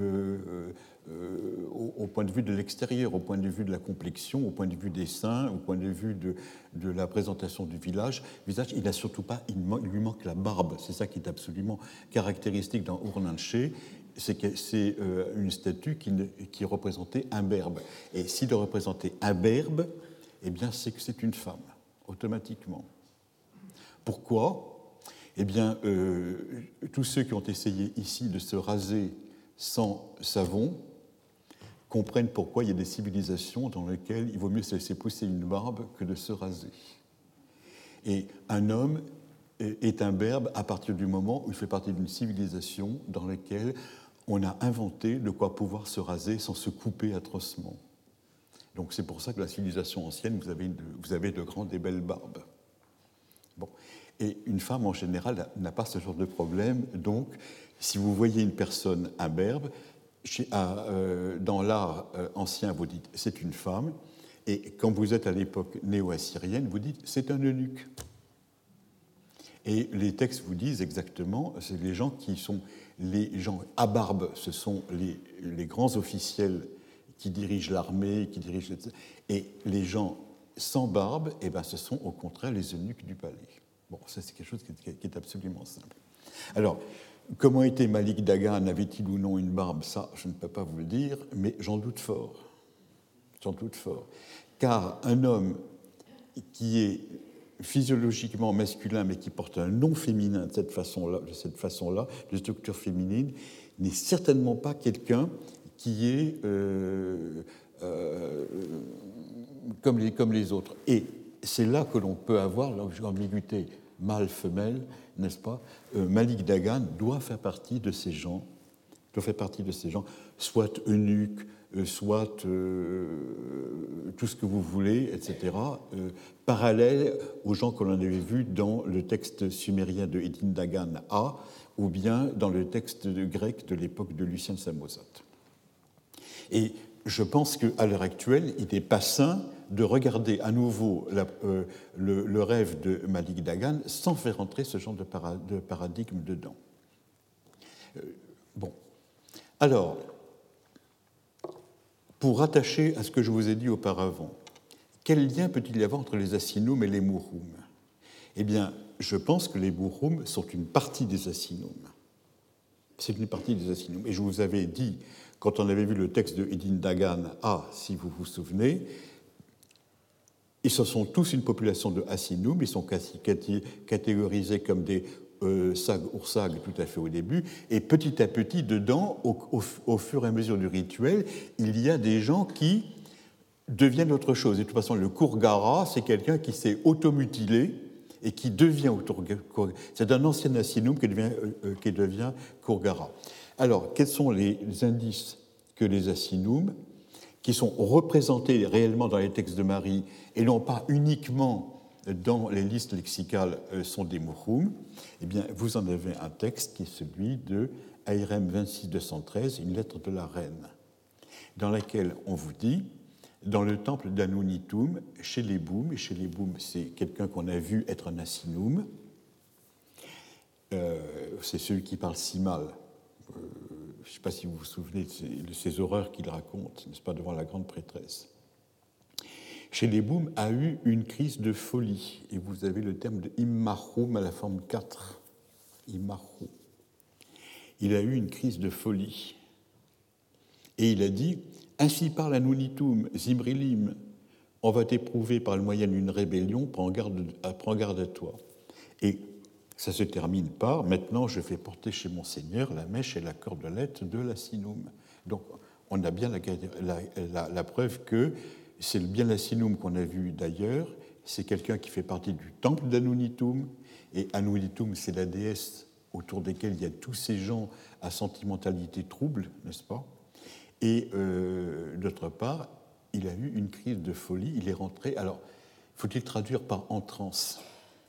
Speaker 2: au point de vue de l'extérieur, au point de vue de la complexion, au point de vue des seins, au point de vue de la présentation du visage. Il n'a surtout pas, il lui manque la barbe. C'est ça qui est absolument caractéristique dans Urnanché. C'est que c'est une statue qui représentait un berbe. Et s'il représentait un berbe, eh bien, c'est que c'est une femme, automatiquement. Pourquoi? Eh bien, tous ceux qui ont essayé ici de se raser sans savon comprennent pourquoi il y a des civilisations dans lesquelles il vaut mieux se laisser pousser une barbe que de se raser. Et un homme est un berbe à partir du moment où il fait partie d'une civilisation dans laquelle on a inventé de quoi pouvoir se raser sans se couper atrocement. Donc c'est pour ça que la civilisation ancienne, vous avez de grandes et belles barbes. Bon. Et une femme, en général, n'a pas ce genre de problème. Donc, si vous voyez une personne imberbe, dans l'art ancien, vous dites « c'est une femme », et quand vous êtes à l'époque néo-assyrienne, vous dites « c'est un eunuque ». Et les textes vous disent exactement, c'est les gens qui sont les gens à barbe, ce sont les grands officiels qui dirigent l'armée, qui dirigent... Et les gens sans barbe, eh ben, ce sont au contraire les eunuques du palais. Bon, ça c'est quelque chose qui est absolument simple. Alors, comment était Malik Dagan, avait-il ou non une barbe? Ça, je ne peux pas vous le dire, mais j'en doute fort. J'en doute fort. Car un homme qui est physiologiquement masculin, mais qui porte un nom féminin de cette façon-là, de structure féminine, n'est certainement pas quelqu'un qui est comme les autres. Et c'est là que l'on peut avoir l'ambiguïté mâle-femelle, n'est-ce pas? Malik Dagan doit faire partie de ces gens, soit eunuque, soit tout ce que vous voulez, etc., parallèle aux gens que l'on avait vus dans le texte sumérien de Edin Dagan A, ou bien dans le texte grec de l'époque de Lucien Samosate. Et je pense qu'à l'heure actuelle, il n'est pas sain de regarder à nouveau le rêve de Malik Dagan sans faire entrer ce genre de paradigme dedans. Bon. Alors, pour rattacher à ce que je vous ai dit auparavant, quel lien peut-il y avoir entre les Assinum et les Mouroum? Eh bien, je pense que les Mouroum sont une partie des Assinum. C'est une partie des Assinum. Et je vous avais dit, quand on avait vu le texte de Edin Dagan A, si vous vous souvenez, ils sont tous une population de Assinum, ils sont catégorisés comme des Sag-Ursag tout à fait au début, et petit à petit, dedans, au fur et à mesure du rituel, il y a des gens qui deviennent autre chose. Et de toute façon, le Kurgara, c'est quelqu'un qui s'est automutilé et qui devient c'est un ancien Assinum qui devient Kurgara. Alors, quels sont les indices que les Assinum, qui sont représentés réellement dans les textes de Marie et non pas uniquement dans les listes lexicales, sont des Mouroum? Eh bien, vous en avez un texte qui est celui de Ayrem 26-213, une lettre de la reine, dans laquelle on vous dit, dans le temple d'Anunitum, chez les Boum, et chez les Boum, c'est quelqu'un qu'on a vu être un Assinum, c'est celui qui parle si mal. Je ne sais pas si vous vous souvenez de ces horreurs qu'il raconte, n'est-ce pas, devant la grande prêtresse. Chez les Boum a eu une crise de folie, et vous avez le terme de immachoum à la forme 4. Immachoum. Il a eu une crise de folie. Et il a dit, ainsi parle Anunitum, Zimrilim, on va t'éprouver par le moyen d'une rébellion, prends garde à toi. Et ça se termine par, maintenant je fais porter chez mon Seigneur la mèche et la cordelette de l'Assinum. Donc on a bien la preuve que c'est bien l'Assinum qu'on a vu d'ailleurs, c'est quelqu'un qui fait partie du temple d'Anunitum, et Anunitum c'est la déesse autour desquels il y a tous ces gens à sentimentalité trouble, n'est-ce pas? Et d'autre part, il a eu une crise de folie, il est rentré. Alors, faut-il traduire par en transe?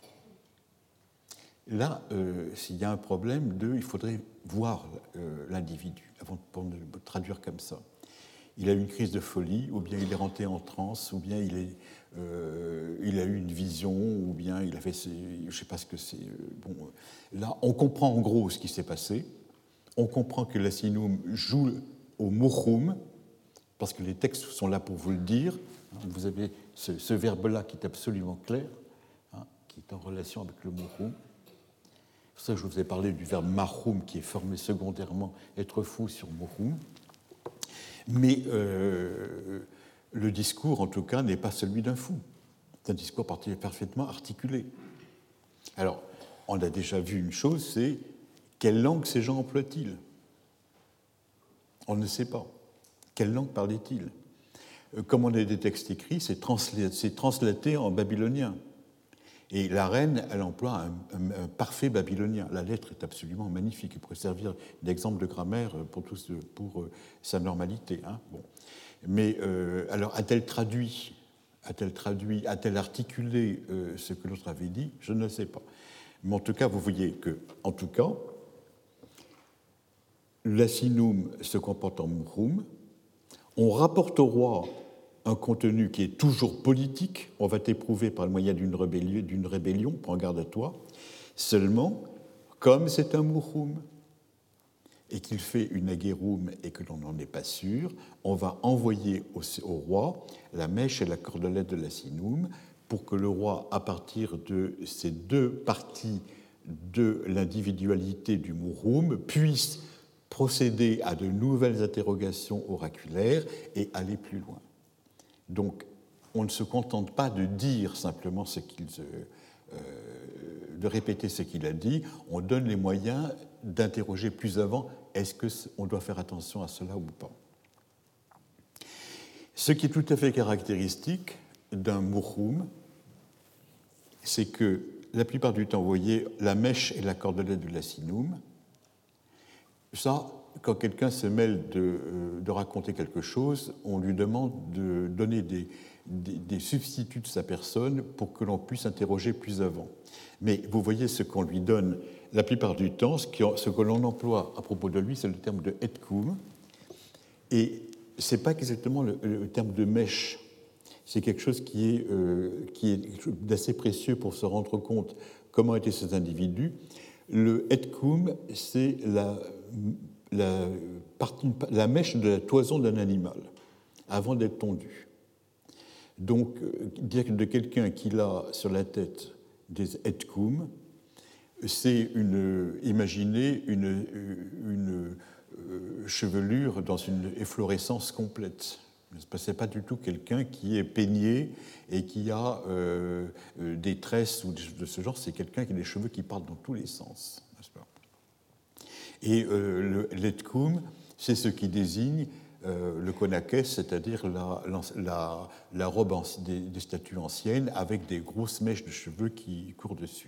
Speaker 2: Là, s'il y a un problème il faudrait voir l'individu avant de le traduire comme ça. Il a eu une crise de folie, ou bien il est rentré en transe, ou bien il a eu une vision, ou bien il a fait, je ne sais pas ce que c'est. Bon, là, on comprend en gros ce qui s'est passé. On comprend que l'Assinum joue au Mouroum, parce que les textes sont là pour vous le dire. Vous avez ce verbe-là qui est absolument clair, qui est en relation avec le Mouroum. C'est pour ça que je vous ai parlé du verbe maroum, qui est formé secondairement, être fou sur Mouroum. Mais le discours, en tout cas, n'est pas celui d'un fou. C'est un discours parfaitement articulé. Alors, on a déjà vu une chose, c'est quelle langue ces gens emploient-ils? On ne sait pas. Quelle langue parlaient-ils? Comme on a des textes écrits, c'est translaté en babylonien. Et la reine, elle emploie un parfait babylonien. La lettre est absolument magnifique. Elle pourrait servir d'exemple de grammaire pour sa normalité. Bon. Mais alors, a-t-elle traduit, a-t-elle articulé ce que l'autre avait dit? Je ne sais pas. Mais en tout cas, vous voyez que, en tout cas, l'Assinum se comporte en Mouroum. On rapporte au roi un contenu qui est toujours politique. On va t'éprouver par le moyen d'une rébellion, prends garde à toi. Seulement, comme c'est un Mouroum, et qu'il fait une aguerum et que l'on n'en est pas sûr, on va envoyer au roi la mèche et la cordelette de l'asinum pour que le roi, à partir de ces deux parties de l'individualité du murum, puisse procéder à de nouvelles interrogations oraculaires et aller plus loin. Donc, on ne se contente pas de dire simplement de répéter ce qu'il a dit, on donne les moyens d'interroger plus avant, est-ce qu'on doit faire attention à cela ou pas. Ce qui est tout à fait caractéristique d'un murum, c'est que la plupart du temps, vous voyez, la mèche et la cordelette de l'asinum, ça, quand quelqu'un se mêle de raconter quelque chose, on lui demande de donner des substituts de sa personne pour que l'on puisse interroger plus avant. Mais vous voyez ce qu'on lui donne la plupart du temps, ce que l'on emploie à propos de lui, c'est le terme de etcum. Et ce n'est pas exactement le terme de mèche. C'est quelque chose qui est d'assez précieux pour se rendre compte comment étaient ces individus. Le etcum, c'est la mèche de la toison d'un animal avant d'être tondue. Donc, dire de quelqu'un qui a sur la tête des etcum, c'est imaginer une chevelure dans une efflorescence complète. Ce n'est pas du tout quelqu'un qui est peigné et qui a des tresses ou de ce genre, c'est quelqu'un qui a des cheveux qui partent dans tous les sens. N'est-ce pas ? Et l'etcum, c'est ce qui désigne le konakès, c'est-à-dire la robe des statues anciennes avec des grosses mèches de cheveux qui courent dessus.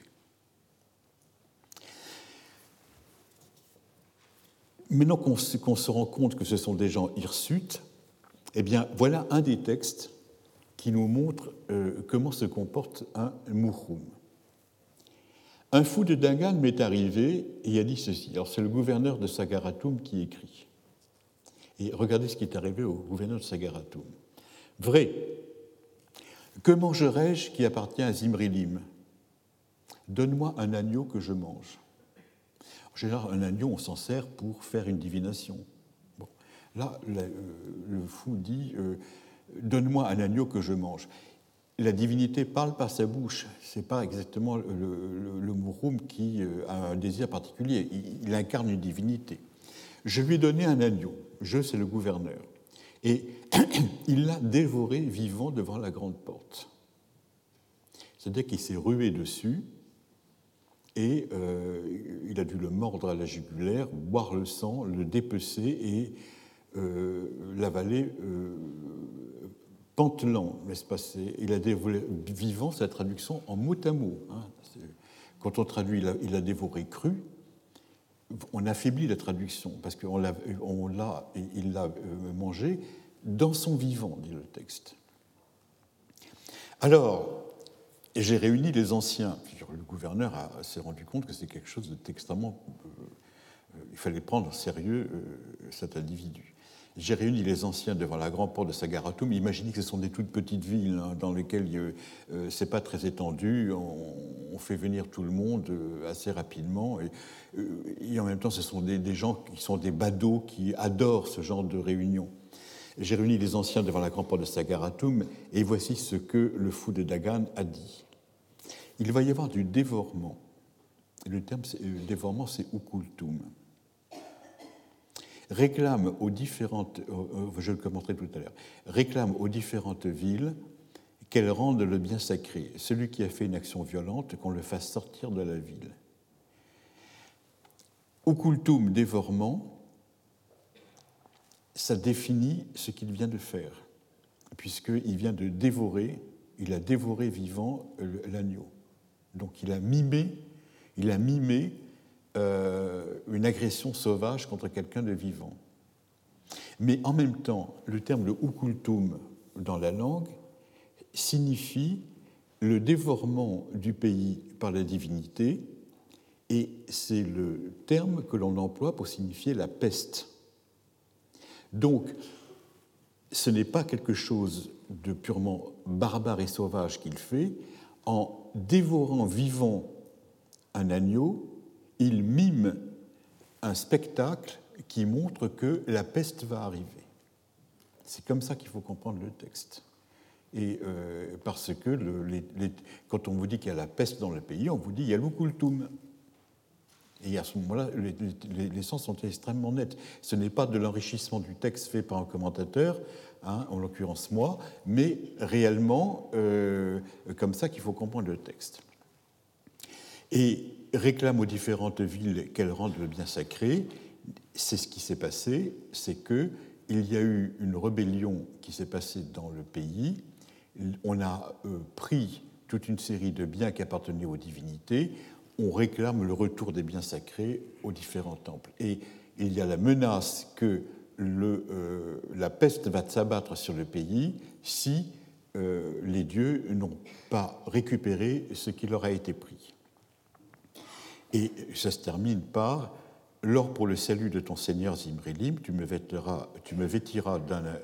Speaker 2: Maintenant qu'on se rend compte que ce sont des gens hirsutes, eh bien, voilà un des textes qui nous montre comment se comporte un murum. Un fou de Dagan m'est arrivé et a dit ceci. Alors, c'est le gouverneur de Sagaratum qui écrit. Et regardez ce qui est arrivé au gouverneur de Sagaratum. Vrai, que mangerai-je qui appartient à Zimrilim ? Donne-moi un agneau que je mange. En général, un agneau, on s'en sert pour faire une divination. Bon. Là, le fou dit donne-moi un agneau que je mange. La divinité parle par sa bouche. Ce n'est pas exactement le murum qui a un désir particulier. Il incarne une divinité. Je lui ai donné un agneau. Je, c'est le gouverneur. Et il l'a dévoré vivant devant la grande porte. C'est-à-dire qu'il s'est rué dessus et il a dû le mordre à la jugulaire, boire le sang, le dépecer et l'avaler pantelant, n'est-ce pas ? Il a dévoré vivant, c'est la traduction en mot à mot. Hein. Quand on traduit il a dévoré cru, on affaiblit la traduction, parce qu'il l'a mangé dans son vivant, dit le texte. Alors, j'ai réuni les anciens. Le gouverneur s'est rendu compte que c'est quelque chose d'extrêmement... il fallait prendre au sérieux cet individu. J'ai réuni les anciens devant la grande porte de Sagaratum. Imaginez que ce sont des toutes petites villes dans lesquelles c'est pas très étendu. On fait venir tout le monde assez rapidement. Et en même temps, ce sont des gens qui sont des badauds qui adorent ce genre de réunion. J'ai réuni les anciens devant la grande porte de Sagaratum et voici ce que le fou de Dagan a dit. Il va y avoir du dévorement. Le terme dévorement, c'est ukultum. Réclame aux différentes, je le commenterai tout à l'heure, réclame aux différentes villes qu'elles rendent le bien sacré. Celui qui a fait une action violente, qu'on le fasse sortir de la ville. Ukultum, dévorement, ça définit ce qu'il vient de faire, puisqu'il vient de dévorer, il a dévoré vivant l'agneau. Donc il a mimé une agression sauvage contre quelqu'un de vivant. Mais en même temps, le terme de ukultum dans la langue signifie le dévorement du pays par la divinité, et c'est le terme que l'on emploie pour signifier la peste. Donc, ce n'est pas quelque chose de purement barbare et sauvage qu'il fait. En dévorant vivant un agneau, il mime un spectacle qui montre que la peste va arriver. C'est comme ça qu'il faut comprendre le texte. Et parce que quand on vous dit qu'il y a la peste dans le pays, on vous dit il y a l'Ukultum. Et à ce moment-là, les sens sont extrêmement nets. Ce n'est pas de l'enrichissement du texte fait par un commentateur, hein, en l'occurrence moi, mais réellement comme ça qu'il faut comprendre le texte. Et réclame aux différentes villes qu'elles rendent le bien sacré. C'est ce qui s'est passé, c'est qu'il y a eu une rébellion qui s'est passée dans le pays. On a pris toute une série de biens qui appartenaient aux divinités. On réclame le retour des biens sacrés aux différents temples. Et il y a la menace que la peste va s'abattre sur le pays si les dieux n'ont pas récupéré ce qui leur a été pris. Et ça se termine par « Lors pour le salut de ton Seigneur Zimrilim, tu me revêtiras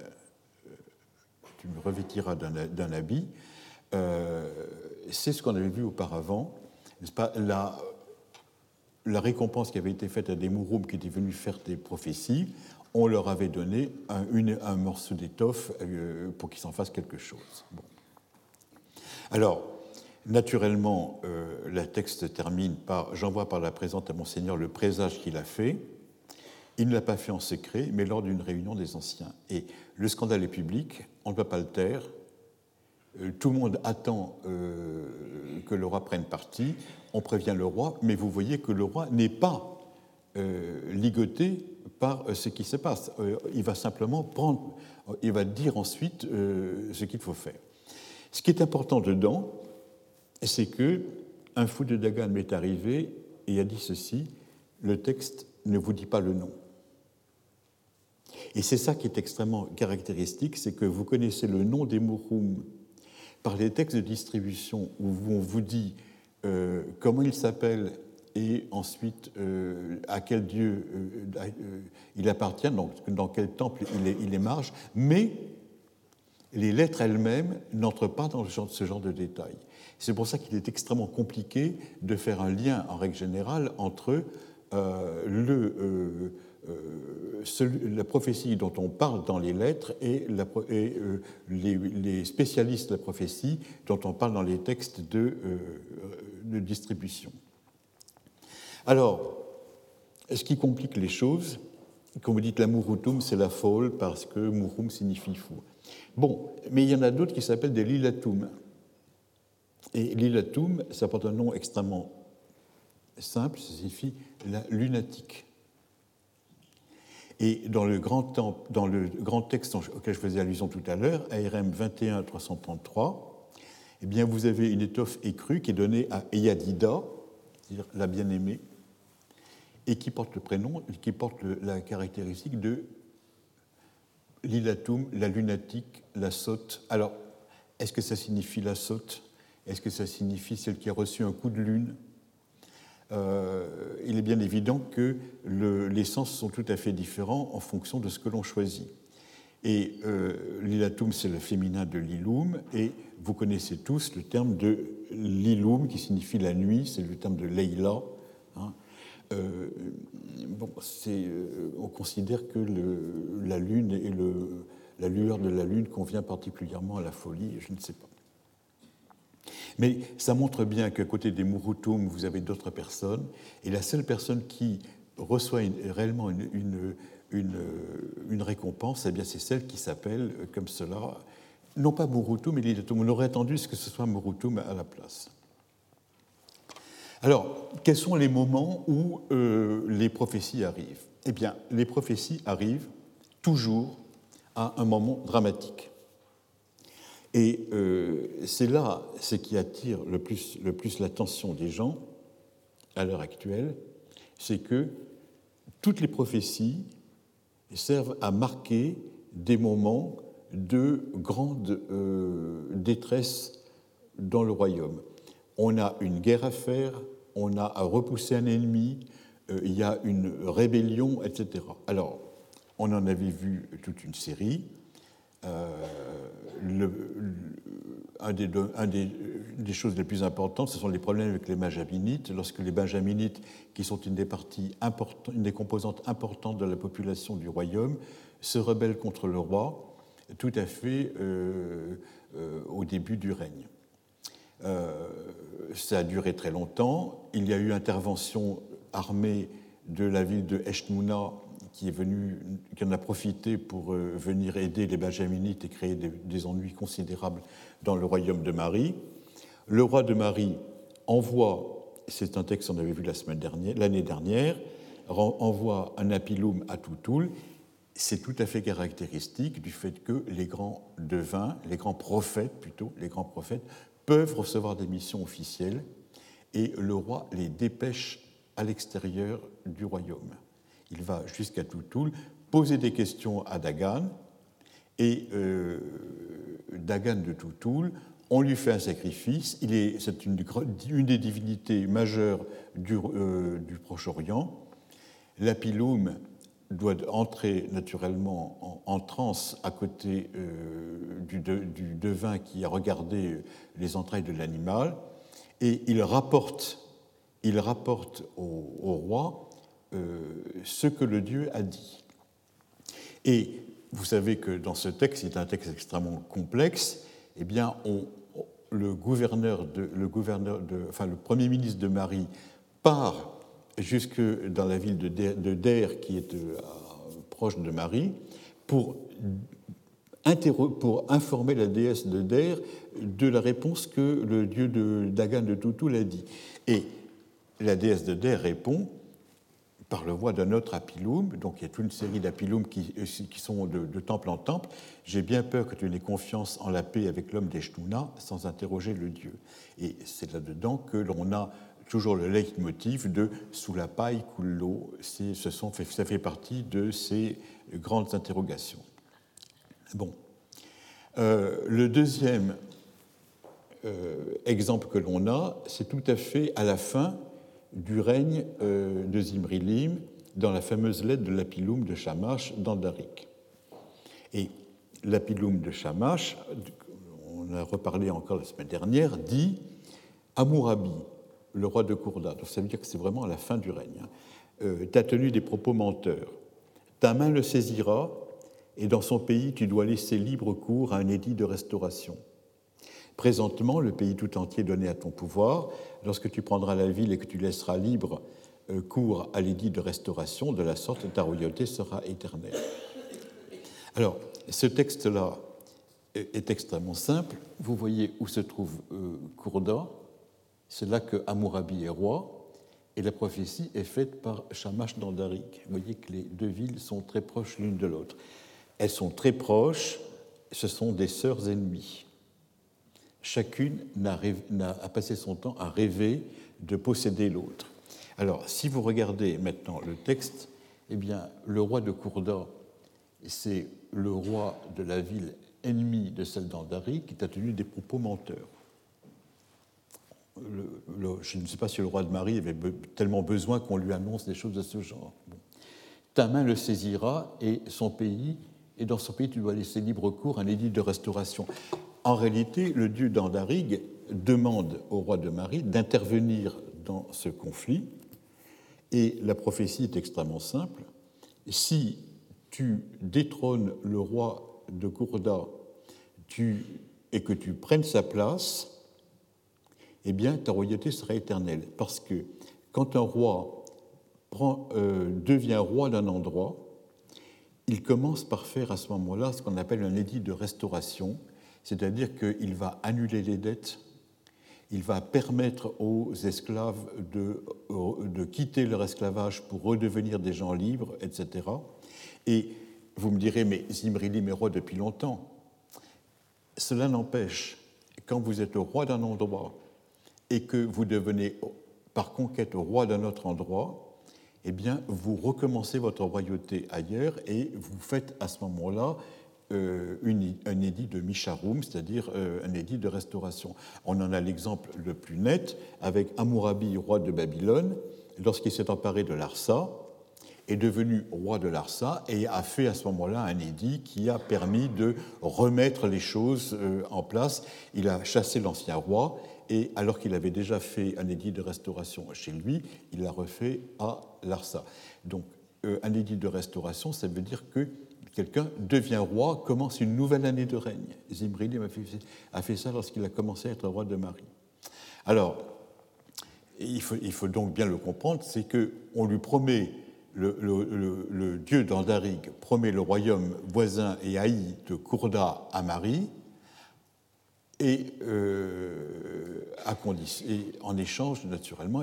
Speaker 2: d'un habit. » C'est ce qu'on avait vu auparavant. N'est-ce pas, la récompense qui avait été faite à des mouroums qui étaient venus faire des prophéties, on leur avait donné un morceau d'étoffe pour qu'ils s'en fassent quelque chose. Bon. Alors, naturellement, le texte termine par « J'envoie par la présente à mon Seigneur le présage qu'il a fait. Il ne l'a pas fait en secret, mais lors d'une réunion des anciens. » Et le scandale est public, on ne peut pas le taire. Tout le monde attend que le roi prenne parti, on prévient le roi, mais vous voyez que le roi n'est pas ligoté par ce qui se passe. Il va simplement il va dire ensuite ce qu'il faut faire. Ce qui est important dedans, c'est que un fou de Dagan m'est arrivé et a dit ceci, le texte ne vous dit pas le nom. Et c'est ça qui est extrêmement caractéristique, c'est que vous connaissez le nom des mouroums par les textes de distribution où on vous dit comment il s'appelle et ensuite à quel dieu il appartient, donc dans quel temple il émarge, mais les lettres elles-mêmes n'entrent pas dans ce genre de détails. C'est pour ça qu'il est extrêmement compliqué de faire un lien, en règle générale, entre la prophétie dont on parle dans les lettres et les spécialistes de la prophétie dont on parle dans les textes de distribution. Alors, ce qui complique les choses, comme vous dites, la Murutum, c'est la folle parce que Murum signifie fou. Bon, mais il y en a d'autres qui s'appellent des Lilatum. Et Lilatum, ça porte un nom extrêmement simple, ça signifie la lunatique. Et dans le grand texte auquel je faisais allusion tout à l'heure, ARM 21-333, eh bien vous avez une étoffe écrue qui est donnée à Eyadida, c'est-à-dire la bien-aimée, et qui porte le prénom, qui porte la caractéristique de Lilatum, la lunatique, la sotte. Alors, est-ce que ça signifie la sotte? Est-ce que ça signifie celle qui a reçu un coup de lune? Il est bien évident que les sens sont tout à fait différents en fonction de ce que l'on choisit. Et Lilatum, c'est le féminin de Lilum, et vous connaissez tous le terme de Lilum, qui signifie la nuit, c'est le terme de Leila. Hein. On considère que la lune et la lueur de la lune convient particulièrement à la folie, je ne sais pas. Mais ça montre bien qu'à côté des Murutum, vous avez d'autres personnes, et la seule personne qui reçoit réellement une récompense, eh bien c'est celle qui s'appelle comme cela, non pas Murutum, mais Lilatum. On aurait attendu que ce soit Murutum à la place. Alors, quels sont les moments où les prophéties arrivent? Eh bien, les prophéties arrivent toujours à un moment dramatique. Et c'est là ce qui attire le plus l'attention des gens à l'heure actuelle, c'est que toutes les prophéties servent à marquer des moments de grande détresse dans le royaume. On a une guerre à faire, on a à repousser un ennemi, il y a une rébellion, etc. Alors, on en avait vu toute une série. des choses les plus importantes, ce sont les problèmes avec les Benjaminites. Lorsque les Benjaminites, qui sont une des composantes importantes de la population du royaume, se rebellent contre le roi, tout à fait au début du règne. Ça a duré très longtemps. Il y a eu intervention armée de la ville de Eshmouna qui en a profité pour venir aider les Benjaminites et créer des ennuis considérables dans le royaume de Mari. Le roi de Mari envoie, c'est un texte qu'on avait vu l'année dernière, envoie un apilum à Toutoul. C'est tout à fait caractéristique du fait que les grands devins, les grands prophètes, peuvent recevoir des missions officielles et le roi les dépêche à l'extérieur du royaume. Il va jusqu'à Toutoul poser des questions à Dagan et Dagan de Toutoul, on lui fait un sacrifice. C'est une des divinités majeures du Proche-Orient. L'apilum doit entrer naturellement en transe à côté du devin qui a regardé les entrailles de l'animal et il rapporte au roi ce que le dieu a dit. Et vous savez que dans ce texte, c'est un texte extrêmement complexe, eh bien, le premier ministre de Mari part jusque dans la ville de Der, qui est proche de Mari, pour informer la déesse de Der de la réponse que le dieu de Dagan de Toutoul a dit. Et la déesse de Der répond par le voie d'un autre apilum, donc il y a toute une série d'apilums qui sont de temple en temple. J'ai bien peur que tu n'aies confiance en la paix avec l'homme d'Eshtouna sans interroger le dieu. Et c'est là-dedans que l'on a toujours le leitmotiv de « sous la paille coule l'eau ». Ça fait partie de ces grandes interrogations. Bon. Le deuxième exemple que l'on a, c'est tout à fait à la fin du règne de Zimrilim, dans la fameuse lettre de l'apilum de Shamash dans Darik. Et l'apilum de Shamash, on a reparlé encore la semaine dernière, dit « Hammurabi, le roi de Kourda », donc ça veut dire que c'est vraiment à la fin du règne, t'as tenu des propos menteurs. Ta main le saisira, et dans son pays, tu dois laisser libre cours à un édit de restauration. Présentement, le pays tout entier est donné à ton pouvoir. Lorsque tu prendras la ville et que tu laisseras libre cours à l'édit de restauration, de la sorte ta royauté sera éternelle. Alors, ce texte-là est extrêmement simple. Vous voyez où se trouve Kourda. C'est là que Hammurabi est roi. Et la prophétie est faite par Shamash dans Darik. Vous voyez que les deux villes sont très proches l'une de l'autre. Elles sont très proches, ce sont des sœurs ennemies. Chacune a passé son temps à rêver de posséder l'autre. Alors, si vous regardez maintenant le texte, eh bien, le roi de Kourda, c'est le roi de la ville ennemie de celle d'Andarik qui a tenu des propos menteurs. Je ne sais pas si le roi de Mari avait tellement besoin qu'on lui annonce des choses de ce genre. Bon. Ta main le saisira et dans son pays, tu dois laisser libre cours à un édit de restauration. En réalité, le dieu d'Andarig demande au roi de Mari d'intervenir dans ce conflit, et la prophétie est extrêmement simple. Si tu détrônes le roi de Kourda et que tu prennes sa place, eh bien, ta royauté sera éternelle. Parce que quand un roi devient roi d'un endroit, il commence par faire à ce moment-là ce qu'on appelle un édit de restauration, c'est-à-dire qu'il va annuler les dettes, il va permettre aux esclaves de quitter leur esclavage pour redevenir des gens libres, etc. Et vous me direz, mais Zimrilim est roi depuis longtemps. Cela n'empêche, quand vous êtes roi d'un endroit et que vous devenez par conquête roi d'un autre endroit, eh bien, vous recommencez votre royauté ailleurs et vous faites à ce moment-là un édit de Misharum, c'est-à-dire un édit de restauration. On en a l'exemple le plus net avec Hammurabi, roi de Babylone, lorsqu'il s'est emparé de Larsa, est devenu roi de Larsa et a fait à ce moment-là un édit qui a permis de remettre les choses en place. Il a chassé l'ancien roi et alors qu'il avait déjà fait un édit de restauration chez lui, il l'a refait à Larsa. Donc, un édit de restauration, ça veut dire que quelqu'un devient roi, commence une nouvelle année de règne. Zimrilim a fait ça lorsqu'il a commencé à être roi de Marie. Alors, il faut donc bien le comprendre, c'est qu'on lui promet, le dieu d'Andarig promet le royaume voisin et haï de Kourda à Marie, et en échange, naturellement,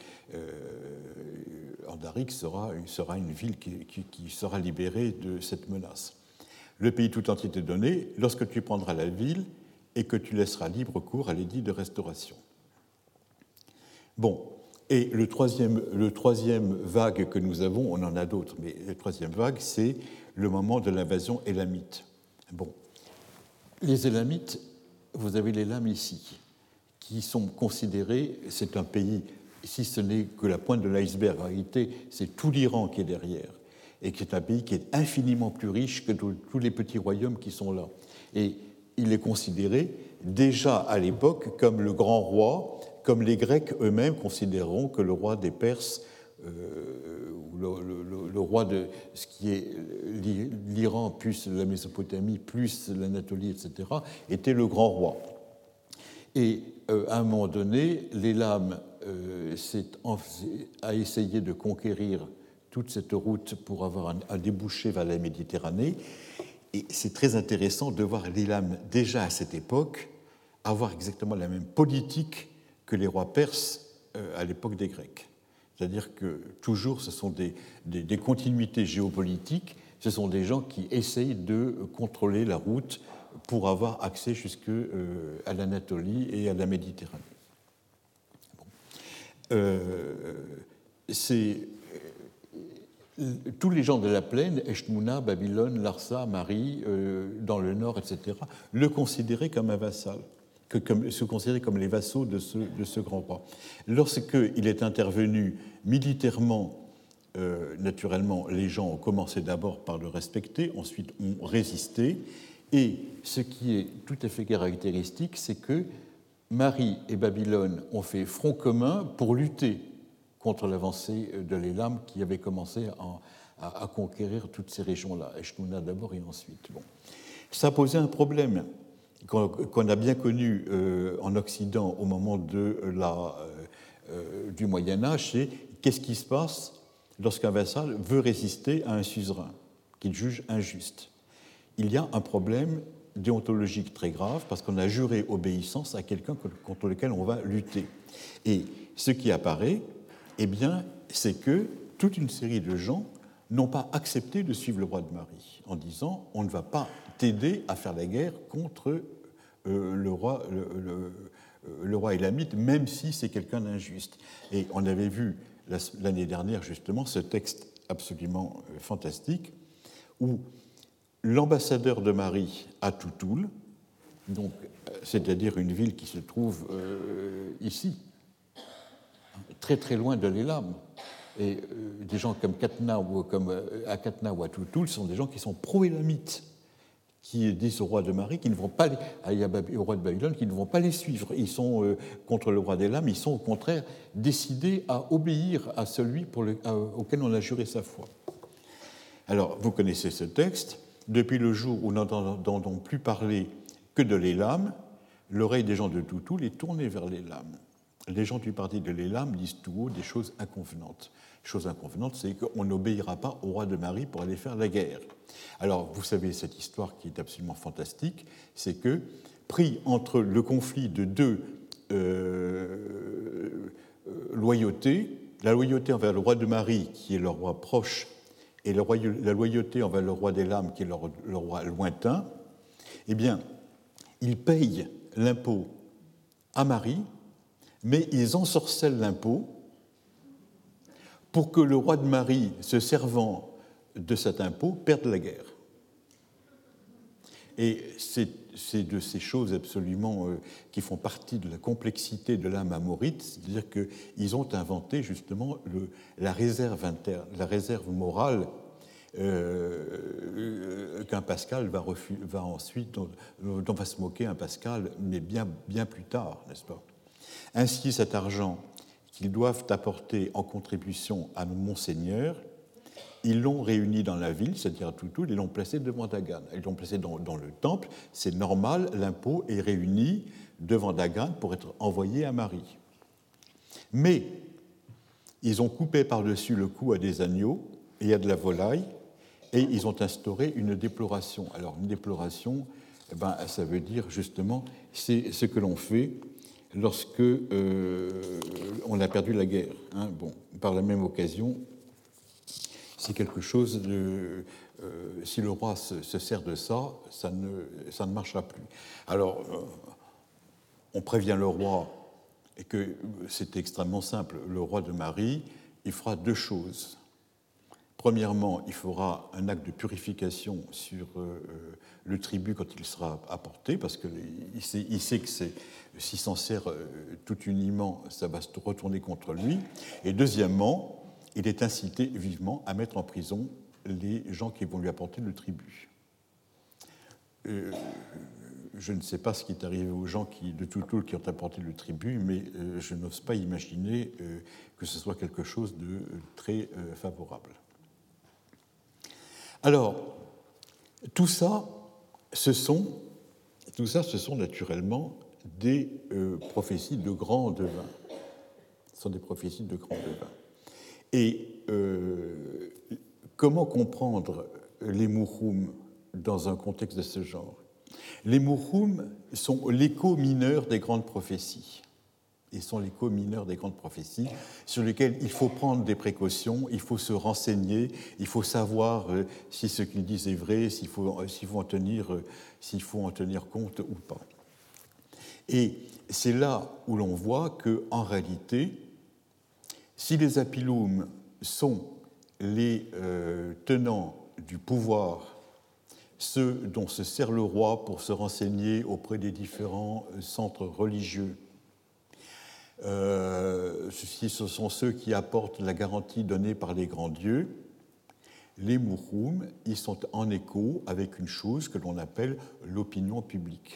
Speaker 2: Andarig sera une ville qui sera libérée de cette menace. Le pays tout entier t'est donné lorsque tu prendras la ville et que tu laisseras libre cours à l'édit de restauration. Bon, et le troisième vague que nous avons, on en a d'autres, mais la troisième vague, c'est le moment de l'invasion élamite. Bon, les Élamites, vous avez les Lames ici, qui sont considérés, c'est un pays, si ce n'est que la pointe de l'iceberg, en réalité, c'est tout l'Iran qui est derrière, et qui est un pays qui est infiniment plus riche que tous les petits royaumes qui sont là. Et il est considéré déjà à l'époque comme le grand roi, comme les Grecs eux-mêmes considéreront que le roi des Perses, ou le roi de ce qui est l'Iran, plus la Mésopotamie, plus l'Anatolie, etc., était le grand roi. Et à un moment donné, l'Élam a essayé de conquérir toute cette route pour avoir un débouché vers la Méditerranée. Et c'est très intéressant de voir l'Élam, déjà à cette époque, avoir exactement la même politique que les rois perses à l'époque des Grecs. C'est-à-dire que toujours, ce sont des continuités géopolitiques, ce sont des gens qui essayent de contrôler la route pour avoir accès jusqu'à l'Anatolie et à la Méditerranée. Bon. Tous les gens de la plaine, Eshmouna, Babylone, Larsa, Marie, dans le nord, etc., le considéraient comme un vassal, se considéraient comme les vassaux de ce grand roi. Lorsqu'il est intervenu militairement, naturellement, les gens ont commencé d'abord par le respecter, ensuite ont résisté, et ce qui est tout à fait caractéristique, c'est que Marie et Babylone ont fait front commun pour lutter contre l'avancée de l'Élam qui avait commencé à conquérir toutes ces régions-là, Eshmouna d'abord et ensuite. Bon. Ça posait un problème qu'on a bien connu en Occident au moment du Moyen-Âge, c'est qu'est-ce qui se passe lorsqu'un vassal veut résister à un suzerain qu'il juge injuste. Il y a un problème déontologique très grave parce qu'on a juré obéissance à quelqu'un contre lequel on va lutter. Et ce qui apparaît, eh bien, c'est que toute une série de gens n'ont pas accepté de suivre le roi de Marie en disant on ne va pas t'aider à faire la guerre contre le roi élamite, même si c'est quelqu'un d'injuste. Et on avait vu l'année dernière justement ce texte absolument fantastique où l'ambassadeur de Marie à Toutoul, donc, c'est-à-dire une ville qui se trouve ici, très très loin de l'Élam, et des gens comme Katna ou à Katna ou à Toutoul sont des gens qui sont pro-élamites, qui disent au roi de Marie qu'ils ne vont pas au roi de Babylone qu'ils ne vont pas les suivre. Ils sont contre le roi d'Élam, ils sont au contraire décidés à obéir à celui auquel on a juré sa foi. Alors, vous connaissez ce texte. Depuis le jour où nous n'entendons plus parler que de l'Élam, l'oreille des gens de Toutoul est tournée vers l'Élam. Les gens du parti de l'Élam disent tout haut des choses inconvenantes. Chose inconvenante, c'est qu'on n'obéira pas au roi de Marie pour aller faire la guerre. Alors, vous savez cette histoire qui est absolument fantastique, c'est que, pris entre le conflit de deux loyautés, la loyauté envers le roi de Marie, qui est leur roi proche, et la loyauté envers le roi d'Élam, qui est le roi lointain, eh bien, ils payent l'impôt à Marie, mais ils ensorcellent l'impôt pour que le roi de Marie, se servant de cet impôt, perde la guerre. Et c'est de ces choses absolument qui font partie de la complexité de l'âme amorite, c'est-à-dire qu'ils ont inventé justement la réserve interne, la réserve morale qu'un Pascal va ensuite, dont va se moquer un Pascal, mais bien plus tard, n'est-ce pas ? Ainsi, cet argent qu'ils doivent apporter en contribution à Monseigneur, ils l'ont réuni dans la ville, c'est-à-dire à Toutoul, ils l'ont placé devant Dagan. Ils l'ont placé dans le temple. C'est normal, l'impôt est réuni devant Dagan pour être envoyé à Marie. Mais ils ont coupé par-dessus le cou à des agneaux et à de la volaille, et ils ont instauré une déploration. Alors, une déploration, ça veut dire justement, c'est ce que l'on fait lorsque on a perdu la guerre. Par la même occasion, c'est quelque chose de... si le roi se sert de ça, ça ne marchera plus. Alors, on prévient le roi et que c'est extrêmement simple. Le roi de Marie, il fera deux choses. Premièrement, il fera un acte de purification sur le tribut quand il sera apporté, parce qu'il sait que s'il s'en sert tout uniment, ça va se retourner contre lui. Et deuxièmement, il est incité vivement à mettre en prison les gens qui vont lui apporter le tribut. Je ne sais pas ce qui est arrivé aux gens de Toutoul qui ont apporté le tribut, mais je n'ose pas imaginer que ce soit quelque chose de très favorable. Alors, tout ça, ce sont naturellement des prophéties de grands devins. Ce sont des prophéties de grands devins. Et comment comprendre les Mouhoum dans un contexte de ce genre? Les Mouhoum sont l'écho mineur des grandes prophéties. Ils sont l'écho mineur des grandes prophéties sur lesquelles il faut prendre des précautions, il faut se renseigner, il faut savoir si ce qu'ils disent est vrai, s'il faut en tenir compte ou pas. Et c'est là où l'on voit qu'en réalité, si les Apiloum sont les tenants du pouvoir, ceux dont se sert le roi pour se renseigner auprès des différents centres religieux, si ce sont ceux qui apportent la garantie donnée par les grands dieux, les Mouhoum, ils sont en écho avec une chose que l'on appelle l'opinion publique.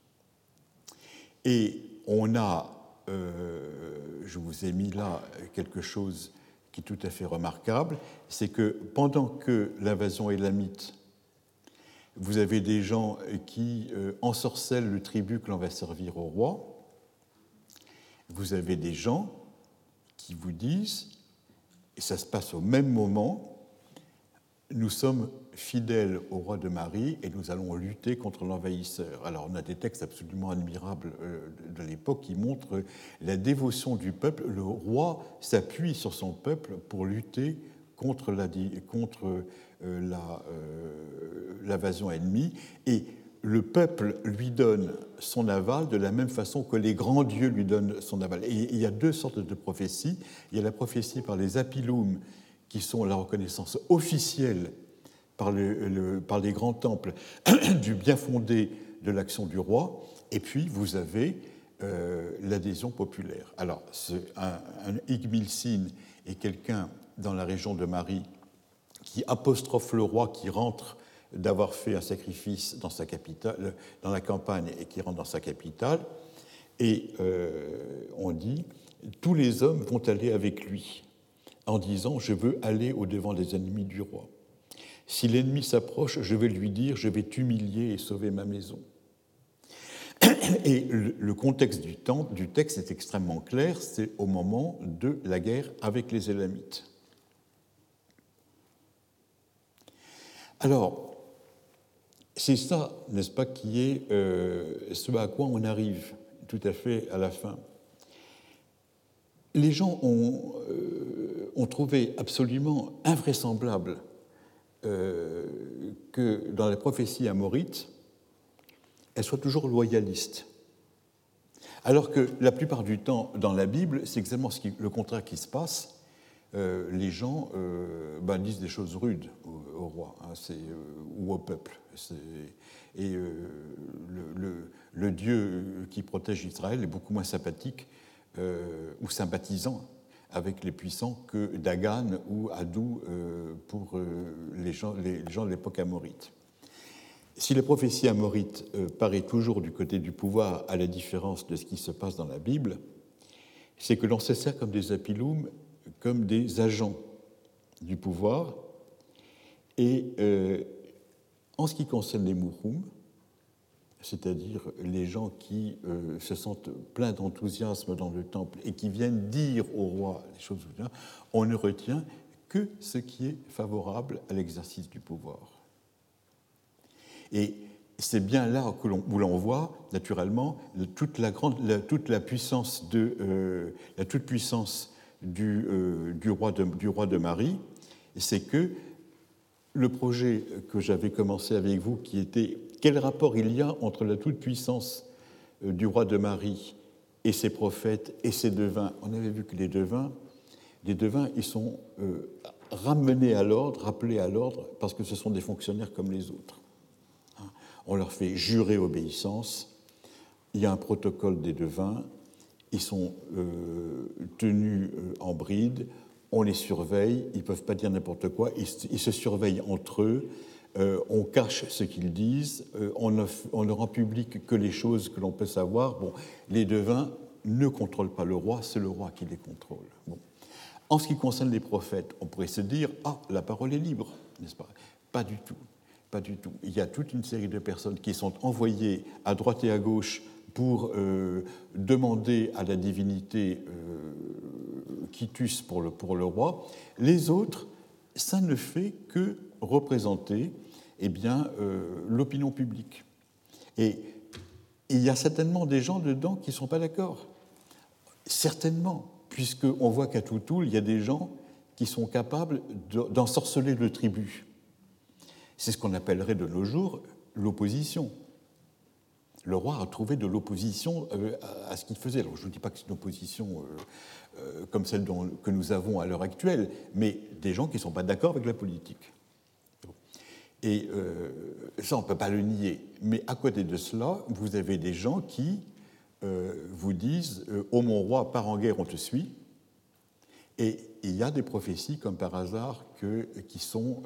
Speaker 2: Et on a, je vous ai mis là quelque chose qui est tout à fait remarquable, c'est que pendant que l'invasion élamite, vous avez des gens qui ensorcellent le tribut que l'on va servir au roi, vous avez des gens qui vous disent, et ça se passe au même moment, nous sommes fidèles au roi de Marie et nous allons lutter contre l'envahisseur. Alors on a des textes absolument admirables de l'époque qui montrent la dévotion du peuple. Le roi s'appuie sur son peuple pour lutter contre l'invasion ennemie, et le peuple lui donne son aval de la même façon que les grands dieux lui donnent son aval. Et il y a deux sortes de prophéties. Il y a la prophétie par les Apiloum, qui sont la reconnaissance officielle par les grands temples du bien fondé de l'action du roi, et puis vous avez l'adhésion populaire. Alors, un Igmilsin est quelqu'un dans la région de Marie qui apostrophe le roi qui rentre d'avoir fait un sacrifice dans sa capitale, dans la campagne, et qui rentre dans sa capitale, et on dit « tous les hommes vont aller avec lui », en disant « je veux aller au-devant des ennemis du roi. Si l'ennemi s'approche, je vais lui dire « je vais t'humilier et sauver ma maison ». Et le contexte du texte est extrêmement clair, c'est au moment de la guerre avec les Élamites. Alors, c'est ça, n'est-ce pas, qui est ce à quoi on arrive tout à fait à la fin. Les gens ont trouvé absolument invraisemblable que dans les prophéties amorites, elles soient toujours loyalistes. Alors que la plupart du temps, dans la Bible, c'est exactement le contraire qui se passe. Les gens disent des choses rudes au roi, ou au peuple. Et le Dieu qui protège Israël est beaucoup moins sympathique ou sympathisant avec les puissants que Dagan ou Hadou pour les gens de l'époque amorite. Si la prophétie amorite paraît toujours du côté du pouvoir, à la différence de ce qui se passe dans la Bible, c'est que l'on se sert comme des apiloum, comme des agents du pouvoir. Et en ce qui concerne les mouroum, c'est-à-dire les gens qui se sentent pleins d'enthousiasme dans le temple et qui viennent dire au roi les choses, on ne retient que ce qui est favorable à l'exercice du pouvoir. Et c'est bien là où l'on voit, naturellement, toute la puissance du roi de Marie, c'est que le projet que j'avais commencé avec vous, qui était quel rapport il y a entre la toute-puissance du roi de Marie et ses prophètes et ses devins. On avait vu que les devins, ils sont ramenés à l'ordre, rappelés à l'ordre, parce que ce sont des fonctionnaires comme les autres. On leur fait jurer obéissance, il y a un protocole des devins, ils sont tenus en bride, on les surveille, ils ne peuvent pas dire n'importe quoi, ils se surveillent entre eux, on cache ce qu'ils disent, on ne rend public que les choses que l'on peut savoir. Bon, les devins ne contrôlent pas le roi, c'est le roi qui les contrôle. Bon. En ce qui concerne les prophètes, on pourrait se dire « Ah, la parole est libre », n'est-ce pas ? Pas du tout. Pas du tout. Il y a toute une série de personnes qui sont envoyées à droite et à gauche pour demander à la divinité quitus pour le roi. Les autres, ça ne fait que représenter l'opinion publique. Et il y a certainement des gens dedans qui ne sont pas d'accord. Certainement, puisqu'on voit qu'à Toutoul, il y a des gens qui sont capables d'ensorceler le tribut. C'est ce qu'on appellerait de nos jours l'opposition. Le roi a trouvé de l'opposition à ce qu'il faisait. Alors, je ne dis pas que c'est une opposition comme celle que nous avons à l'heure actuelle, mais des gens qui ne sont pas d'accord avec la politique. Et ça, on ne peut pas le nier. Mais à côté de cela, vous avez des gens qui vous disent « Ô mon roi, pars en guerre, on te suit ». Et il y a des prophéties, comme par hasard, qui sont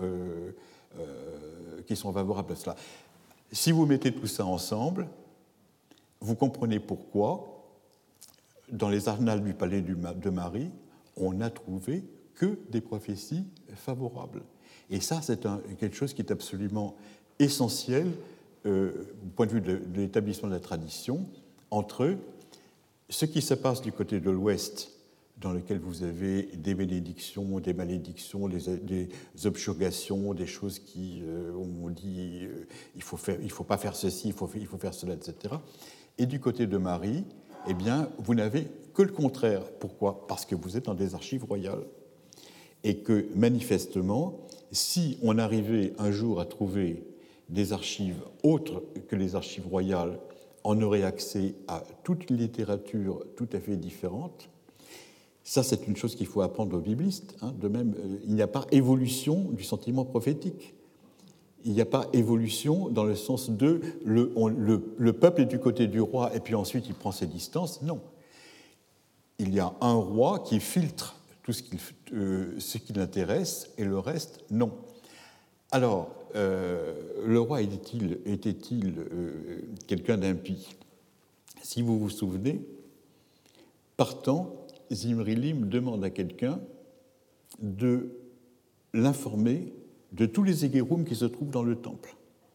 Speaker 2: favorables à cela. Si vous mettez tout ça ensemble, vous comprenez pourquoi, dans les annales du palais de Marie, on n'a trouvé que des prophéties favorables. Et ça, c'est quelque chose qui est absolument essentiel du point de vue de l'établissement de la tradition, entre ce qui se passe du côté de l'Ouest, dans lequel vous avez des bénédictions, des malédictions, des objurgations, des choses qui on dit il faut pas faire ceci, il faut faire cela, etc. Et du côté de Marie, eh bien, vous n'avez que le contraire. Pourquoi ? Parce que vous êtes dans des archives royales. Et que, manifestement, si on arrivait un jour à trouver des archives autres que les archives royales, on aurait accès à toute littérature tout à fait différente. Ça, c'est une chose qu'il faut apprendre aux biblistes. De même, il n'y a pas évolution du sentiment prophétique. Il n'y a pas évolution dans le sens de le peuple est du côté du roi et puis ensuite il prend ses distances. Non. Il y a un roi qui filtre tout ce qui l'intéresse et le reste, non. Alors, le roi était-il quelqu'un d'impie ? Si vous vous souvenez, partant, Zimri-Lim demande à quelqu'un de l'informer de tous les égéroums qui se trouvent dans le temple.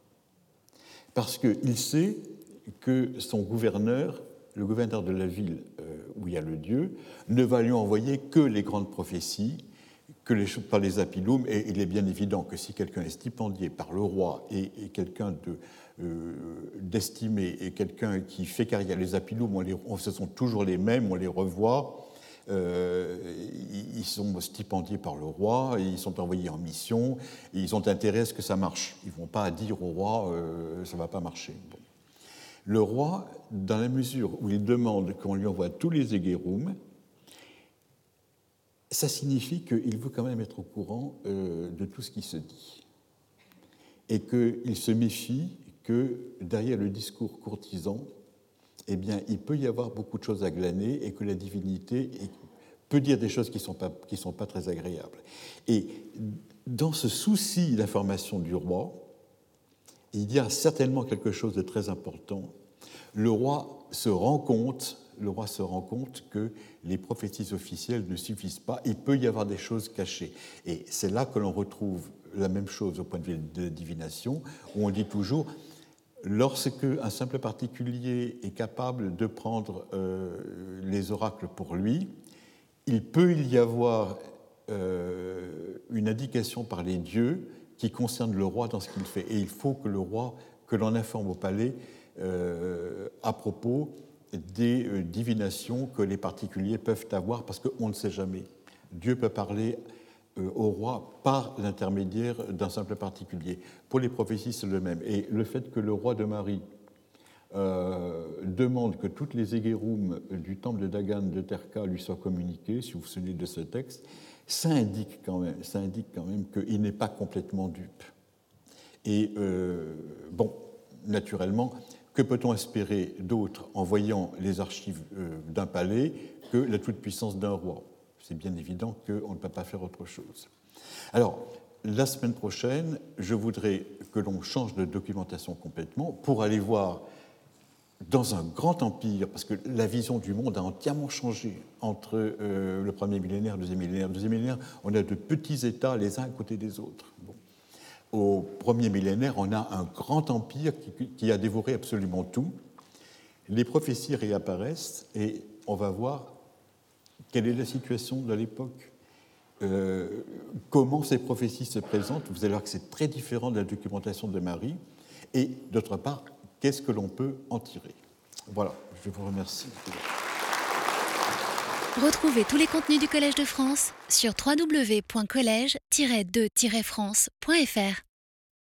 Speaker 2: Parce qu'il sait que son gouverneur, le gouverneur de la ville où il y a le dieu, ne va lui envoyer que les grandes prophéties, par les apiloum, et il est bien évident que si quelqu'un est stipendié par le roi et quelqu'un d'estimé et quelqu'un qui fait carrière, les apiloum, ce sont toujours les mêmes, on les revoit. Ils sont stipendiés par le roi, ils sont envoyés en mission, et ils ont intérêt à ce que ça marche. Ils ne vont pas dire au roi ça ne va pas marcher. Bon. Le roi, dans la mesure où il demande qu'on lui envoie tous les égéroums, ça signifie qu'il veut quand même être au courant de tout ce qui se dit. Et qu'il se méfie que derrière le discours courtisan, eh bien, il peut y avoir beaucoup de choses à glaner et que la divinité peut dire des choses qui ne sont pas très agréables. Et dans ce souci d'information du roi, il y a certainement quelque chose de très important. Le roi se rend compte le roi se rend compte que les prophéties officielles ne suffisent pas. Il peut y avoir des choses cachées. Et c'est là que l'on retrouve la même chose au point de vue de la divination, où on dit toujours, lorsque un simple particulier est capable de prendre les oracles pour lui, il peut y avoir une indication par les dieux qui concerne le roi dans ce qu'il fait. Et il faut que le roi, que l'on informe au palais à propos des divinations que les particuliers peuvent avoir, parce qu'on ne sait jamais. Dieu peut parler au roi par l'intermédiaire d'un simple particulier. Pour les prophéties, c'est le même. Et le fait que le roi de Marie demande que toutes les égéroums du temple de Dagan de Terka lui soient communiquées, si vous vous souvenez de ce texte, ça indique quand même qu'il n'est pas complètement dupe. Et bon, naturellement, que peut-on espérer d'autre en voyant les archives d'un palais que la toute-puissance d'un roi? C'est bien évident qu'on ne peut pas faire autre chose. Alors, la semaine prochaine, je voudrais que l'on change de documentation complètement pour aller voir dans un grand empire, parce que la vision du monde a entièrement changé entre le premier millénaire et le deuxième millénaire. Le deuxième millénaire, on a de petits États les uns à côté des autres. Bon. Au premier millénaire, on a un grand empire qui a dévoré absolument tout. Les prophéties réapparaissent et on va voir quelle est la situation de l'époque, comment ces prophéties se présentent. Vous allez voir que c'est très différent de la documentation de Marie. Et d'autre part, qu'est-ce que l'on peut en tirer? Voilà, je vous remercie.
Speaker 1: Retrouvez tous les contenus du Collège de France sur www.collège-2-france.fr.